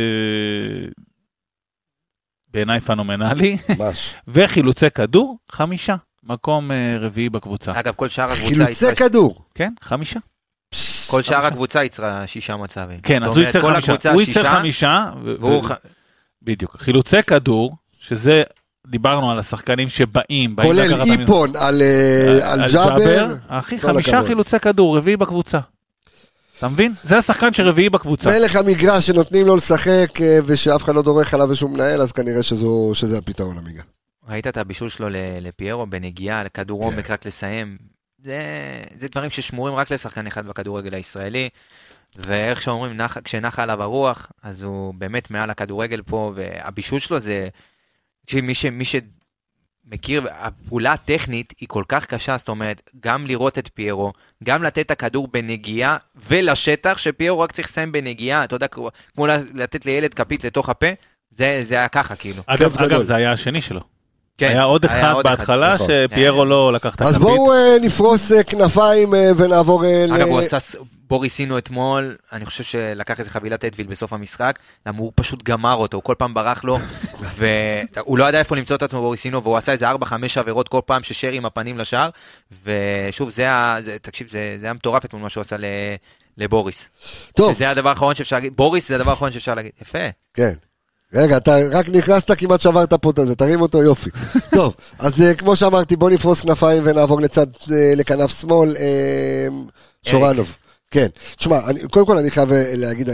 בעיניי פנומנלי. וחילוצי כדור, 5. מקום רביעי בקבוצה. אגב, כל שאר הקבוצה... חילוצי כדור? כן, 5. כל שאר הקבוצה יצרה 6 מצבים. כן, אז הוא יצר 5. הוא יצר 5. בדיוק. חילוצי כדור, שזה... דיברנו על השחקנים שבאים. כולל איפון על ג'אבר. אחי, 5 חילוצי כדור, רביעי בקבוצה. אתה מבין? זה השחקן שרביעי בקבוצה. מלך המגרש שנותנים לו לשחק ושאף אחד לא דורך עליו ושום מנהל, אז כנראה שזה הפתרון המיגה. ראית את הבישול שלו לפיירו בנגיעה, לכדור עומק רק לסיים. זה דברים ששמורים רק לשחקן אחד בכדורגל הישראלי, ואיך שאומרים, כשנחה עליו הרוח, אז הוא באמת מעל הכדורגל פה, והבישול שלו זה... מי שמכיר, הפעולה הטכנית היא כל כך קשה, זאת אומרת, גם לראות את פיירו, גם לתת את הכדור בנגיעה ולשטח, שפיירו רק צריך לסיים בנגיעה, אתה יודע, כמו לתת לילד כפית לתוך הפה, זה היה ככה כאילו. אגב, זה היה השני שלו. היה עוד אחד בהתחלה שפיירו לא לקח את הכפית. אז בואו נפרוס כנפיים ונעבור אגב, הוא עשה בוריסינו אתמול, אני חושב שלקח איזה חבילת אדוויל בסוף המשחק, למה הוא פשוט גמר אותו, הוא כל פעם ברח לו, והוא לא ידע איפה למצוא את עצמו בוריסינו, והוא עשה איזה 4-5 עבירות כל פעם ששרי עם הפנים לשער, ושוב, תקשיב, זה היה מטורף אתמול מה שהוא עשה לבוריס. טוב. זה הדבר האחרון שאפשר להגיד, בוריס זה הדבר האחרון שאפשר להגיד, יפה. כן. רגע, אתה רק נכנסת, כמעט שברת פה את זה, תרים אותו יופי. טוב, אז כמו שאמרתי, בוא נפרוס כנפיים ונעבור לכנף שמאל, שורנוב. כן, תשמע, קודם כל אני חייב להגיד,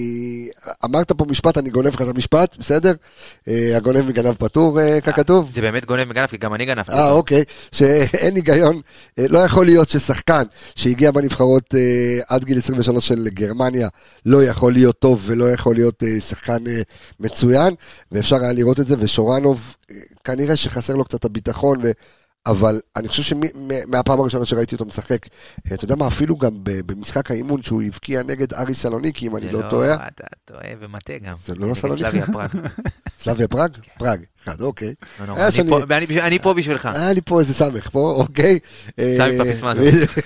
אמרת פה משפט, אני גונב לך את המשפט, בסדר? הגונב מגנב פטור, ככתוב? זה באמת גונב מגנב, כי גם אני גנב. אוקיי, שאין היגיון, לא יכול להיות ששחקן שהגיע בנבחרות עד גיל 23 של גרמניה, לא יכול להיות טוב ולא יכול להיות שחקן מצוין, ואפשר היה לראות את זה, ושורנוב, כנראה שחסר לו קצת הביטחון אבל אני חושב שמהפעם הראשונה שראיתי אותו משחק, אתה יודע מה, אפילו גם במשחק האימון שהוא הבקיע נגד ארי סלוניקי, אם אני לא טועה. אתה טועה ומטה גם. זה לא סלוניקי? סלאביה פראג. סלאביה פראג? פראג, אחד, אוקיי. אני פה בשבילך. היה לי פה איזה סמך פה, אוקיי. סמי פפיסמנו.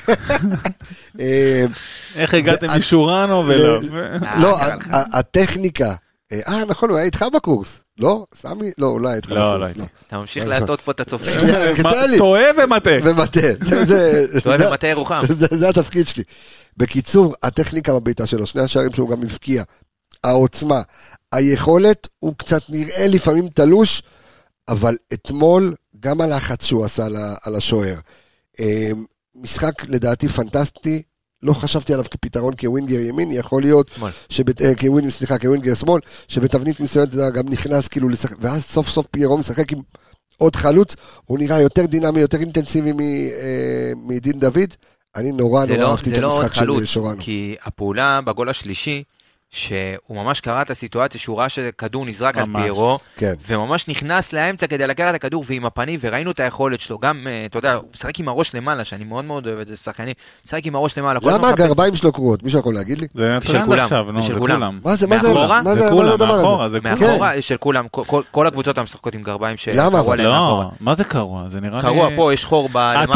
איך הגעתם משורנו ולא? לא, הטכניקה. נכון, הוא היה איתך בקורס. לא? סמי? לא, אולי איתך בקורס. אתה ממשיך להטות פה את הצופים. טועה ומטה. טועה ומטה ירוחם. זה התפקיד שלי. בקיצור, הטכניקה בביתה שלו, שני השערים שהוא גם הבקיע, העוצמה, היכולת, הוא קצת נראה לפעמים תלוש, אבל אתמול, גם הלחץ שהוא עשה על השוער. משחק לדעתי פנטסטי, לא חשבתי עליו כפתרון כווינגר ימין, יכול להיות כווינגר שמאל, שבתבנית מסוימת גם נכנס כאילו לשחק, ואז סוף סוף פיירו משחק עם עוד חלוץ, הוא נראה יותר דינמי, יותר אינטנסיבי מדין דוד, אני נורא אהבתי את המשחק של שורנו. כי הפעולה בגול השלישי, שהוא ממש קרא את הסיטואציה, שהוא ראה שכדור נזרק על פיירו, וממש נכנס לאמצע כדי לקחת את הכדור, ועם הפנים, וראינו את היכולת שלו, גם, אתה יודע, הוא משחק עם הראש למעלה, שאני מאוד מאוד אוהב את זה, שחקנים, משחק עם הראש למעלה. למה הגרביים שלו קרועות? מישהו יכול להגיד לי? זה טרנד עכשיו, זה כולם. מה זה הדבר הזה? מאחורה, של כולם, כל הקבוצות המשחקות עם גרביים למה? לא, מה זה קרוע? זה נראה לי... קרוע פה, יש חור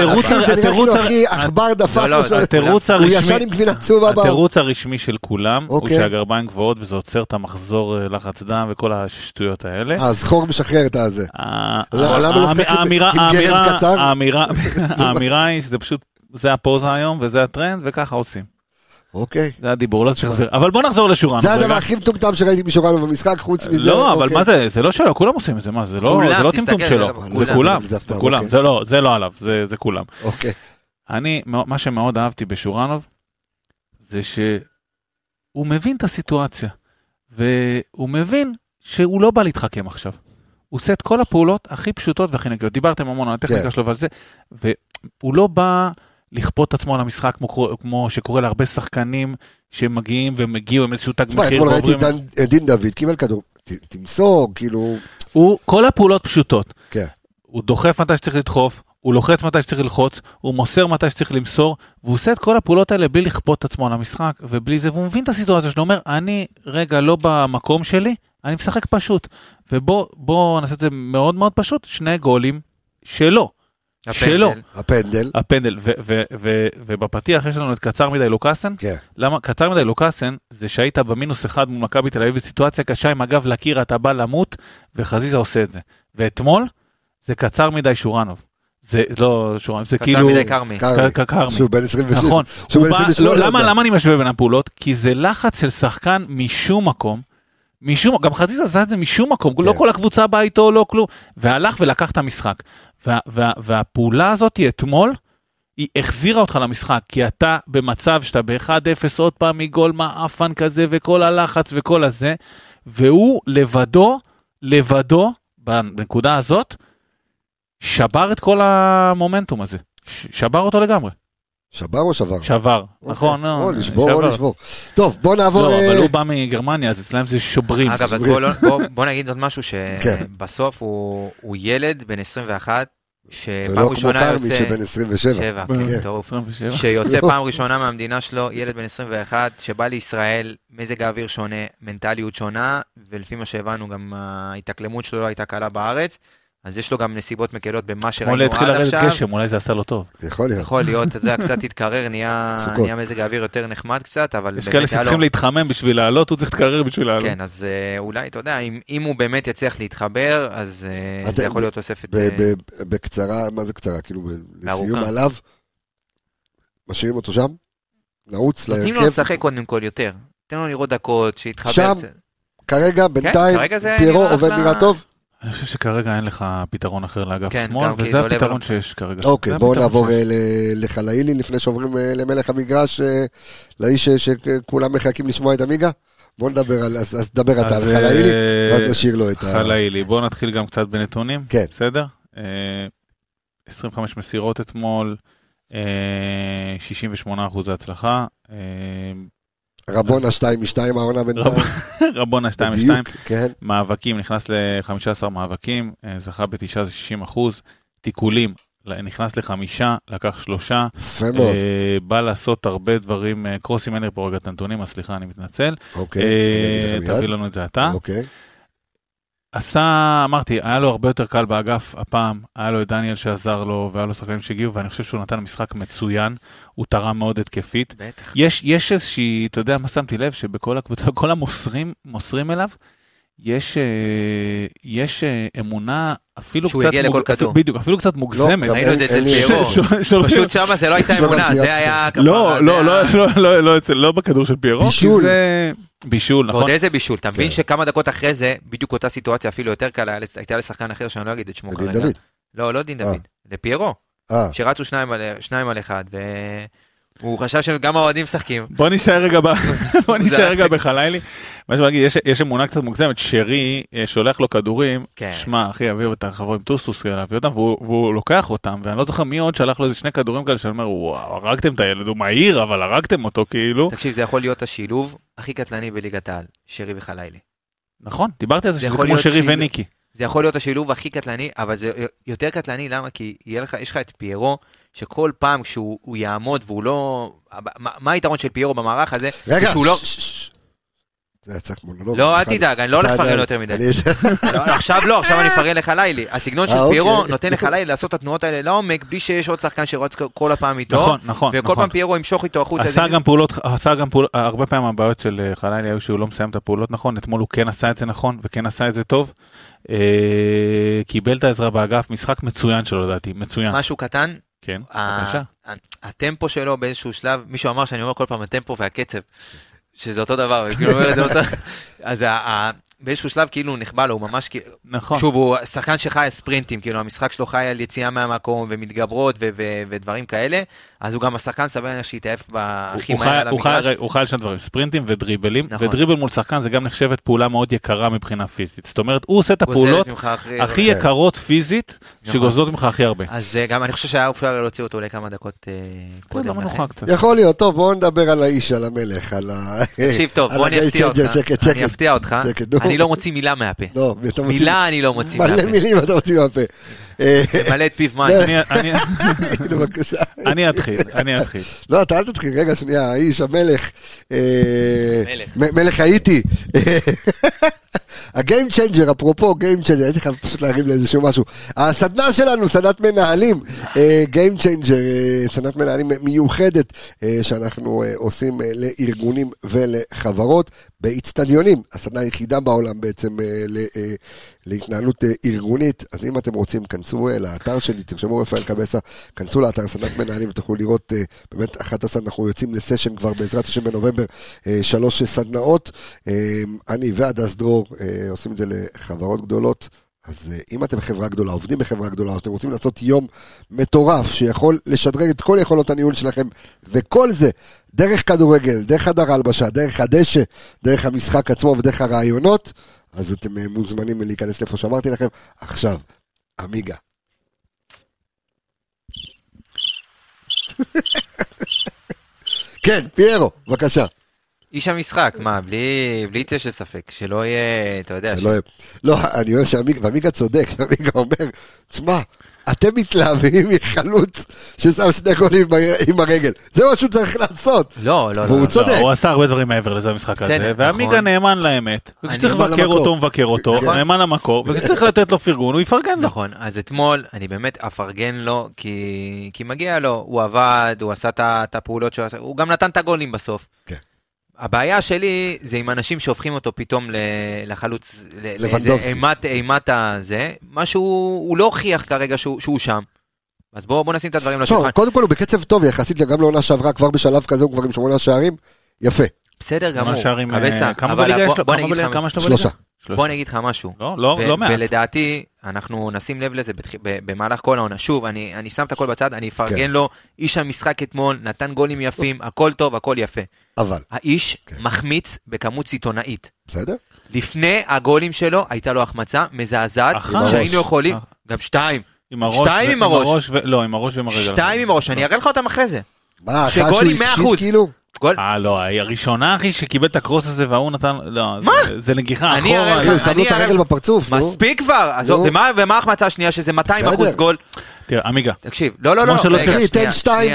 התירוץ הרשמי של כולם הוא שהגרביים גבוהות וזה עוצר את המחזור לחץ דם וכל השטויות האלה. אז חור משחרר את הזה. האמירה היא שזה פשוט, זה הפוזה היום וזה הטרנד וככה עושים. אוקיי. זה הדיבור, לא צריך להסביר. אבל בוא נחזור לשורנו. זה הדבר הכי מטומטם שראיתי משורנו במשחק, חוץ מזה. לא, אבל מה זה? זה לא שלו, כולם עושים את זה, מה? זה לא טמטום שלו. זה כולם, זה לא עליו, זה כולם. אוקיי. מה שמאוד אהבתי בשורנוב, זה שהוא מבין את הסיטואציה, והוא מבין שהוא לא בא להתחכם עכשיו. הוא עושה את כל הפעולות הכי פשוטות והכי נקיות. דיברתם המון על הטכניקה שלו ועל זה, והוא לא בא לחפות עצמו על המשחק, כמו שקורה להרבה שחקנים שמגיעים ומגיעו עם איזשהו תג מחיר. אתמול ראיתי את דין דוד, קיבל כדור, תמסור, כאילו... כל הפעולות פשוטות. כן. הוא דוחף מתי שצריך לדחוף, הוא לוחץ מתי שצריך ללחוץ, הוא מוסר מתי שצריך למסור, והוא עושה את כל הפעולות האלה בלי לכפות את עצמו על המשחק, ובלי זה, והוא מבין את הסיטואציה שלו, אומר, אני רגע לא במקום שלי, אני משחק פשוט, ובוא נעשה את זה מאוד מאוד פשוט, 2 גולים שלו. הפנדל, ובפתיח יש לנו את קצר מדי לוקאסן. למה? קצר מדי לוקאסן זה שהיית במינוס 1 מול מכבי תל אביב בסיטואציה קשה עם הגב לקיר, אתה בא למות, וחזיזה עושה את זה. ואתמול זה קצר מדי שורנוב. זה לא שורנוב, זה כאילו... קצר מדי קרמי. שהוא בן 27. נכון. למה אני משווה בין הפעולות? כי זה לחץ של שחקן משום מקום, גם חזיזה עשה את זה משום מקום, לא כל הקבוצה באה איתו, לא כלום, והלך ולקח את המשחק. והפעולה הזאת אתמול, היא החזירה אותך למשחק, כי אתה במצב שאתה ב-1-0 עוד פעם מגול מאפן כזה, וכל הלחץ וכל הזה, והוא לבדו, בנקודה הזאת, שבר את כל המומנטום הזה. שבר אותו לגמרי. שבר או שבר? שבר, נכון. או לשבור. טוב, בוא נעבור... לא, אבל הוא בא מגרמניה, אז אצלם זה שוברים. אגב, אז בוא נגיד עוד משהו, שבסוף הוא ילד בן 21, ולא כמו קרמי שבן 27. שיוצא פעם ראשונה מהמדינה שלו, ילד בן 21, שבא לישראל, מזג האוויר שונה, מנטליות שונה, ולפי מה שהבנו, גם ההתאקלמות שלו לא הייתה קלה בארץ, אז יש לו גם נסיבות מקלות במה שראינו עד עכשיו. אולי התחיל לרדת גשם, אולי זה עשה לו טוב. יכול להיות, אתה יודע, קצת התקרר, נהיה מזג האוויר יותר נחמד קצת, אבל... יש כאלה שצריכים להתחמם בשביל לעלות, הוא צריך להתקרר בשביל לעלות. כן, אז אולי, אתה יודע, אם הוא באמת יצליח להתחבר, אז זה יכול להיות תוספת... בקצרה, מה זה קצרה? כאילו, לסיום עליו, משאירים אותו שם? נעוץ להרכב? נותנים לו לשחק קודם כל יותר. תן לו לראות דקות, שיתחבר... שם, כרגע, בינתיים, פיירו עובד נראה טוב? אני חושב שכרגע אין לך פתרון אחר לאגף שמאל, וזה הפתרון שיש כרגע. אוקיי, בואו נעבור לחלאילי, לפני שעוברים למלך המגרש, לאיש שכולם מחכים לשמוע את המיגה. בואו נדבר על, אז נדבר אתה על חלאילי, ואז נשאיר לו את חלאילי, בואו נתחיל גם קצת בנתונים, בסדר? 25 מסירות אתמול, 68% הצלחה, רבונה 2-2 העונה בינתיים. רבונה 2-2. מאבקים, נכנס ל-15 מאבקים, זכה ב9 זה 60%. תיקולים, נכנס ל5, לקח 3. בא לעשות הרבה דברים, קרוסים אין לי פה רגע את הנתונים, אז סליחה, אני מתנצל. תביא לנו את זה אתה. אמרתי, היה לו הרבה יותר קל באגף הפעם, היה לו את דניאל שעזר לו, והיה לו שחקנים שהגיעו, ואני חושב שהוא נתן משחק מצוין, הוא תרם מאוד התקפית. יש איזושהי, אתה יודע מה שמתי לב, שבכל הקבוצה, כל המוסרים אליו, יש אמונה אפילו שהוא יגיע לכל כדור. בדיוק, אפילו קצת מוגזמת. ראינו את זה אצל פיירו. פשוט שמה זה לא הייתה אמונה, זה היה... לא בכדור של פיירו. בישול, נכון. ועוד איזה בישול, אתה מבין שכמה דקות אחרי זה, בדיוק אותה סיטואציה אפילו יותר קלה, הייתה לשחקן אחר שאני לא אגיד את שמו כרגע. דין דוד. לא דין דוד, לפיירו. שרצו 2 על 1, הוא חשב שגם האוהדים משחקים. בוא נשאר רגע בחלאילי. מה שאני אגיד, יש אמונה קצת מוגזמת, שרי שולח לו כדורים, שמע, אחי, אביב את החברו עם טוסטוס, להביא אותם, והוא לוקח אותם, ואני לא זוכר מי עוד שלח לו איזה 2 כדורים כאלה, שאני אומר, וואו, הרגתם את הילד, הוא מהיר, אבל הרגתם אותו כאילו. תקשיב, זה יכול להיות השילוב הכי קטלני בליגת העל, שרי וחלאילי. נכון, דיברתי על זה שזה כמו שרי וניקי. זה יכול להיות השילוב הכי קטלני, אבל זה יותר קטלני, למה? כי יש לך את פיירו, שכל פעם כשהוא יעמוד והוא לא... מה היתרון של פיירו במערך הזה? רגע, זה צריך מונולוג. לא, אל תדאג, אני לא הולך לפרן יותר מדי. עכשיו אני אפרן לך לילי. הסגנון של פיירו נותן לך לילי לעשות את התנועות האלה לעומק, בלי שיש עוד שחקן שרץ כל הפעם איתו. נכון. וכל פעם פיירו ימשוך איתו החוצה. עשה גם פעולות, הרבה פעמים הבעיות של חלילי היו שהוא לא מסיים את הפעולות נכון, אתמול הוא כן עשה את זה נכון, וכן עשה את זה טוב. קיבל את העזרה באגף, משחק מצוין שלו לדעתי, מצוין. משהו קטן. כן, בבקשה. הטמפו שלו באיזשהו שלב, מישהו אמר שאני אומר כל פעם הטמפו והקצב, שזה אותו דבר, וכאילו אומר את זה אותו, אז באיזשהו שלב כאילו הוא נחבא לו, הוא ממש, נכון. שוב, הוא שחקן שחי ספרינטים, כאילו המשחק שלו חי על יציאה מהמקום, ומתגברות ודברים כאלה, אז הוא גם השחקן סביר שהתאהב הכי מהר על המגרש. הוא חי על שני דברים, ספרינטים ודריבלים, ודריבל מול שחקן זה גם נחשבת פעולה מאוד יקרה מבחינה פיזית, זאת אומרת, הוא עושה את הפעולות הכי יקרות פיזית, שגוזלות ממך הכי הרבה. אז גם אני חושב שהיה אפשר להוציא אותו לכמה דקות קודם לכן. יכול להיות, טוב, בואו נדבר על האיש, על המלך, על תקשיב טוב, בוא אני אפתיע אותך. אני לא מוציא מילה מהפה. מילה אני לא מוציא מהפה. מלא מילים אתה מוציא מהפה. מלא את פיו מים. אני אתחיל. לא, אתה אל תתחיל, רגע שנייה, האיש, המלך. מלך הייתי. הגיים צ'יינג'ר, אפרופו גיים צ'יינג'ר, הייתי חייב פשוט להרים לאיזשהו משהו. הסדנה שלנו, סדנת מנהלים, גיים צ'יינג'ר, סדנת מנהלים מיוחדת, שאנחנו עושים לארגונים ולחברות, באצטדיונים, הסדנה היחידה בעולם בעצם להתנהלות ארגונית. אז אם אתם רוצים, כנסו לאתר שלי, תרשמו רפאל קבסה, כנסו לאתר סדנת מנהלים, ותוכלו לראות באמת אחת הסדנה, אנחנו יוצאים לסשן כבר בעזרת השם בנובמבר, 3 סדנאות, אני והדס דרור עושים את זה לחברות גדולות. אז אם אתם חברה גדולה, עובדים בחברה גדולה, אז אתם רוצים לעשות יום מטורף שיכול לשדרג את כל יכולות הניהול שלכם, וכל זה דרך כדורגל, דרך חדר הלבשה, דרך הדשא, דרך המשחק עצמו ודרך הרעיונות, אז אתם מוזמנים להיכנס לאיפה שאמרתי לכם. עכשיו, אמיגה. כן, פיירו, בבקשה. איש המשחק, מה, בלי יצא של ספק, שלא יהיה, אתה יודע. לא, אני אוהב שאמיגה צודק, אמיגה אומר, תשמע, אתם מתלהבים מחלוץ ששם 2 גולים עם הרגל, זה מה שהוא צריך לעשות. לא. והוא צודק. הוא עשה הרבה דברים מעבר לזה המשחק הזה, ואמיגה נאמן לאמת, וכשצריך לבקר אותו, הוא מבקר אותו, נאמן למקור, וכשצריך לתת לו פרגון, הוא יפרגן לו. נכון, אז אתמול, אני באמת אפרגן לו, כי מגיע לו, הוא עבד, הוא עשה את הפעולות שהוא עשה, הוא גם נתן את הגולים בסוף. כן. הבעיה שלי זה עם אנשים שהופכים אותו פתאום לחלוץ, אימת הזה, משהו, הוא לא הוכיח כרגע שהוא שם. אז בואו נשים את הדברים לשולחן. קודם כל הוא בקצב טוב, יחסית גם לעונה שעברה, כבר בשלב כזה הוא כבר עם 8 שערים, יפה. בסדר גמור. כמה בליגה יש לו? כמה יש לו בליגה? 3. בוא אני אגיד לך משהו. לא מעט. ולדעתי, אנחנו נשים לב לזה במהלך כל העונה. שוב, אני שם את הכל בצד, אני אפרגן לו, איש המשחק אתמול, נתן גולים יפים, הכל טוב, הכל יפה. אבל. האיש מחמיץ בכמות סיטונאית. בסדר? לפני הגולים שלו, הייתה לו החמצה מזעזעת, שהיינו יכולים, גם 2. 2 עם הראש. לא, עם הראש ועם הרגל. 2 עם הראש, אני אראה לך אותם אחרי זה. מה, שגולים 100%. כאילו? לא, הראשונה אחי שקיבל את הקרוס הזה והוא נתן, לא, זה נגיחה אחורה. הוא שם לו את הרגל בפרצוף. מספיק כבר, ומה ההחמצה השנייה שזה 200% גול? תראה, אמיגה. תקשיב, לא. תן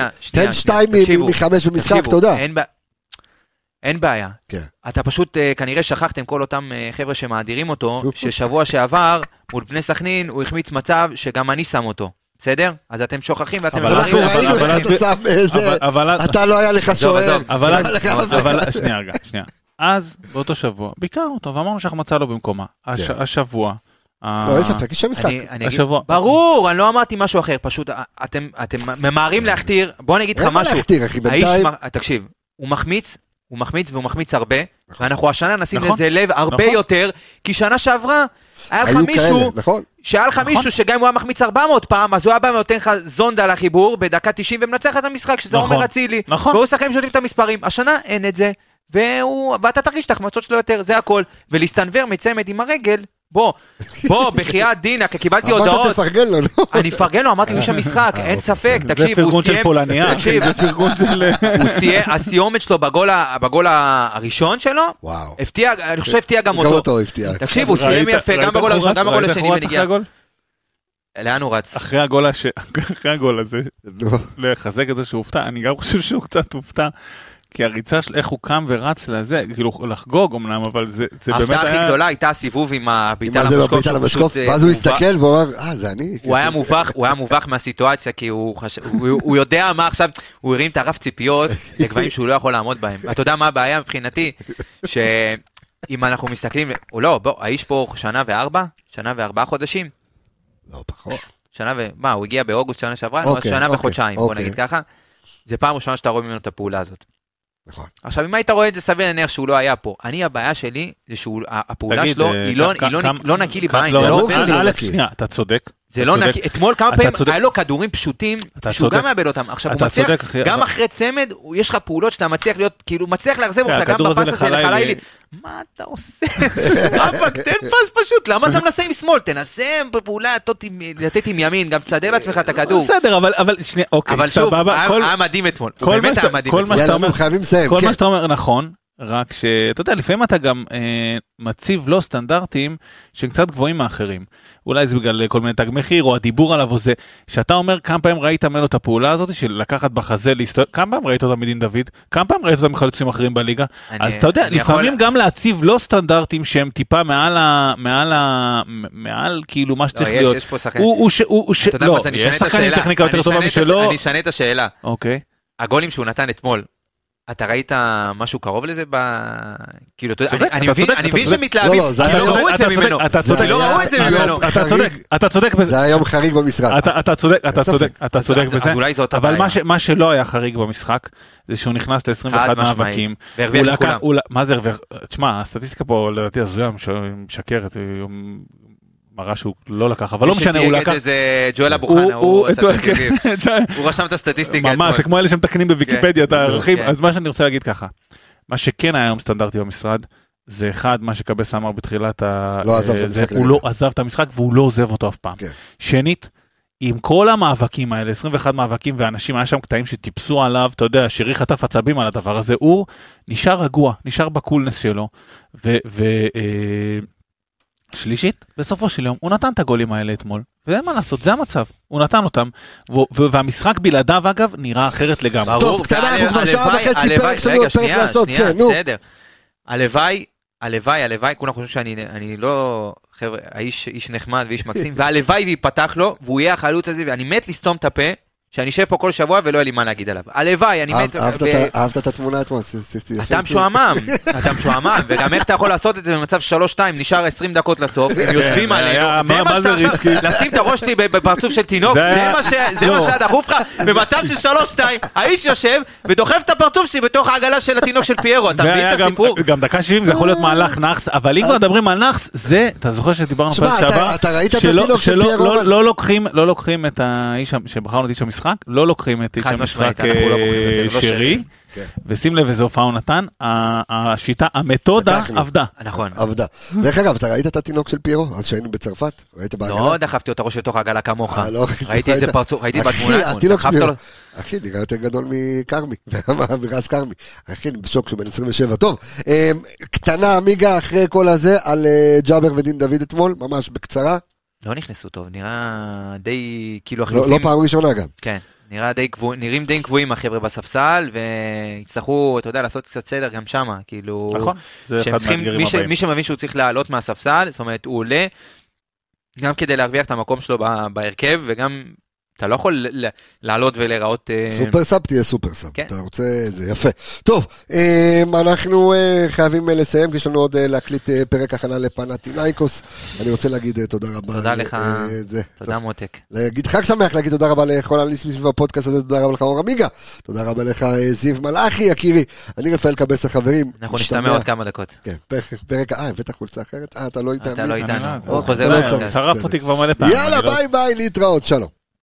2 מ5 במשחק, אתה יודע. אין בעיה. אתה פשוט כנראה שכחתם כל אותם חבר'ה שמאדירים אותו, ששבוע שעבר מול בני סכנין הוא החמיץ מצב שגם אני שם אותו. בסדר? אז אתם שוכחים ואתם אנחנו ראינו איך אתה שם איזה, אתה לא היה לך שואל. אבל שנייה. אז באותו שבוע ביקרנו אותו ואמרנו שאנחנו מצא לו במקומה. השבוע. לא, אין ספק, יש שם משחק. השבוע. ברור, אני לא אמרתי משהו אחר, פשוט אתם ממהרים להכתיר, בוא נגיד לך משהו. אין מה להכתיר, אחי, בינתיים. תקשיב, הוא מחמיץ והוא מחמיץ הרבה, ואנחנו השנה נשים לזה לב הרבה יותר, כי שנה שעברה, היה לך מישהו שגם אם הוא היה מחמיץ 400 פעם, אז הוא היה בא ונותן לך זונדה לחיבור, בדקה 90 ומנצח את המשחק, שזה עומר אצילי, והוא שחקנים שיודעים את המספרים. השנה אין את זה, ואתה תרגיש את החמצות שלו יותר, זה הכל, ולהסתנבר מצמד עם הרגל, בוא, בחיית דין, כי קיבלתי הודעות. אמרת תפרגן לו, לא? אני אפרגן לו, אמרתי, הוא שם משחק, אין ספק, תקשיב, זה פרגון של פולניה. תקשיב, הסיומת שלו בגול הראשון שלו, אני חושב הפתיע גם אותו. תקשיב, הוא סיים יפה, גם בגול הראשון, גם בגול השני, ונגיע. לאן הוא רץ? אחרי הגול הזה, לחזק את זה שהוא הופתע, אני גם חושב שהוא קצת הופתע, כי הריצה של איך הוא קם ורץ לזה, כאילו לחגוג אמנם, אבל זה באמת היה... ההפתעה הכי גדולה הייתה הסיבוב עם הביתה למשקוף, ואז הוא הסתכל ואומר, זה אני. הוא היה מובך מהסיטואציה, כי הוא יודע מה עכשיו, הוא הרים את הרף ציפיות לגבהים שהוא לא יכול לעמוד בהם. אתה יודע מה הבעיה מבחינתי? שאם אנחנו מסתכלים, או לא, בוא, האיש פה שנה ו4 חודשים. לא, פחות. מה, הוא הגיע באוגוסט שנה שעברה? שנה וחודשיים, בוא נגיד ככה. זה פעם ראשונה שאתה רואה ממנו את הפעולה הזאת. נכון. עכשיו, אם היית רואה את זה, סביר להניח שהוא לא היה פה. הבעיה שלי, זה שהפעולה שלו, היא לא נקי לי בעין. אתה צודק. זה לא נקי, אתמול כמה פעמים היה לו כדורים פשוטים, שהוא גם מאבד אותם. עכשיו, הוא מצליח, גם אחרי צמד, יש לך פעולות שאתה מצליח להיות, כאילו, מצליח להחזב אותך גם בפס הזה לחלילי. מה אתה עושה? אבק, תן פס פשוט, למה אתה מנסה עם שמאל? תנסה בפעולה לתת עם ימין, גם תסדר לעצמך את הכדור. בסדר, אבל שנייה, אוקיי, אבל שוב, היה מדהים אתמול. הוא באמת היה מדהים אתמול. כל מה שאתה אומר נכון, רק שאתה יודע, לפעמים אתה גם מציב לא סטנדרטים שהם קצת גבוהים מאחרים. אולי זה בגלל כל מיני תג מחיר, או הדיבור עליו, או זה, שאתה אומר כמה פעמים ראית ממנו את הפעולה הזאת, של לקחת בחזה, כמה פעמים ראית אותה מדין דוד, כמה פעמים ראית אותה מחלוצים אחרים בליגה, אז אתה יודע, לפעמים גם להציב לא סטנדרטים שהם טיפה מעל כאילו מה שצריך להיות. יש פה שחקן. לא, יש שחקנים טכניקה יותר טובה משלו. אני אשנה את השאלה. אוקיי. הגולים שהוא נתן אתמול, אתה ראית משהו קרוב לזה? כאילו, אני מבין שמתלהבים, לא ראו את זה ממנו. אתה צודק בזה. זה היום חריג במשחק. אתה צודק בזה. אבל מה שלא היה חריג במשחק, זה שהוא נכנס ל-21 מאבקים. מה זה הרוויח? תשמע, הסטטיסטיקה פה, לדעתי, הזויה משקרת, מראה שהוא לא לקח, אבל לא משנה, הוא לקח. איזה ג'ואל אבוחנה, הוא רשם את הסטטיסטיקה. ממש, זה כמו אלה שמתקנים בוויקיפדיה את הערכים, אז מה שאני רוצה להגיד ככה, מה שכן היה היום סטנדרטי במשרד, זה אחד, מה שקבס אמר בתחילת, הוא לא עזב את המשחק, והוא לא עוזב אותו אף פעם. שנית, עם כל המאבקים האלה, 21 מאבקים, ואנשים, היה שם קטעים שטיפסו עליו, אתה יודע, שירי חטף עצבים על הדבר הזה, הוא נשאר רגוע, נשאר בקולנס שלו, שלישית, בסופו של יום, הוא נתן את הגולים האלה אתמול, ואין מה לעשות, זה המצב, הוא נתן אותם, והמשחק בלעדיו אגב, נראה אחרת לגמרי. טוב, קטנה, אנחנו כבר שעה וחצי פרק, יש לנו עוד פרק לעשות, כן, נו. הלוואי, כולם חושבים שאני לא, חבר'ה, האיש נחמד ואיש מקסים, והלוואי ויפתח לו, והוא יהיה החלוץ הזה, ואני מת לסתום את הפה, שאני אשב פה כל שבוע ולא יהיה לי מה להגיד עליו. הלוואי, אני מת... אהבת את התמונה אתמול? אתה משועמם, וגם איך אתה יכול לעשות את זה במצב 3-2, נשאר 20 דקות לסוף, הם יושבים עלינו, זה מה שאתה עכשיו, לשים את הראש שלי בפרצוף של תינוק, זה מה שהדחוף לך, במצב של 3-2, האיש יושב ודוחף את הפרצוף שלי בתוך העגלה של התינוק של פיירו, אתה מבין את הסיפור? גם דקה 70 זה יכול להיות מהלך נחס, אבל אם כבר מדברים על נחס, זה, אתה זוכר שדיברנו לא לוקחים את האיש שבחרנו את איש המשחק, לא לוקחים את איש המשחק שרי, ושים לב איזה הופעה הוא נתן, השיטה, המתודה עבדה. נכון. עבדה. דרך אגב, אתה ראית את התינוק של פיירו, אז שהיינו בצרפת? ראית בעגלה? לא דחפתי אותה ראש לתוך העגלה כמוך. ראיתי איזה פרצוף, ראיתי בתמונה. התינוק של פיירו. אחי, נראה יותר גדול מקרמי, מרז קרמי. אחי, בשוק שהוא בן 27. טוב, קטנה עמיגה אחרי כל הזה, על ג'אבר ודין דוד אתמול, ממש בקצרה. לא נכנסו טוב, נראה די כאילו החילופים. לא פעם ראשונה גם. כן, נראים די קבועים החבר'ה בספסל, והצטרכו, אתה יודע, לעשות קצת סדר גם שמה, כאילו... נכון, זה אחד מהדגרים הבאים. מי שמבין שהוא צריך לעלות מהספסל, זאת אומרת, הוא עולה, גם כדי להרוויח את המקום שלו בהרכב, וגם... אתה לא יכול לעלות ולראות... סופר סאב תהיה סופר סאב, אתה רוצה, זה יפה. טוב, אנחנו חייבים לסיים, כי יש לנו עוד להקליט פרק הכנה לפנתינייקוס. אני רוצה להגיד תודה רבה. תודה לך, תודה מותק. להגיד חג שמח, להגיד תודה רבה לכל הליסטים סביב הפודקאסט הזה, תודה רבה לך אור עמיגה, תודה רבה לך זיו מלאכי, יקירי, אני רפאל קבס החברים. אנחנו נשתמע עוד כמה דקות. כן, פרק, בטח חולצה אחרת, אתה לא איתנו. אתה לא איתנו, הוא חוזר. שרף אותי כבר מלא פעם. יאללה, ביי ביי, להתראות, שלום.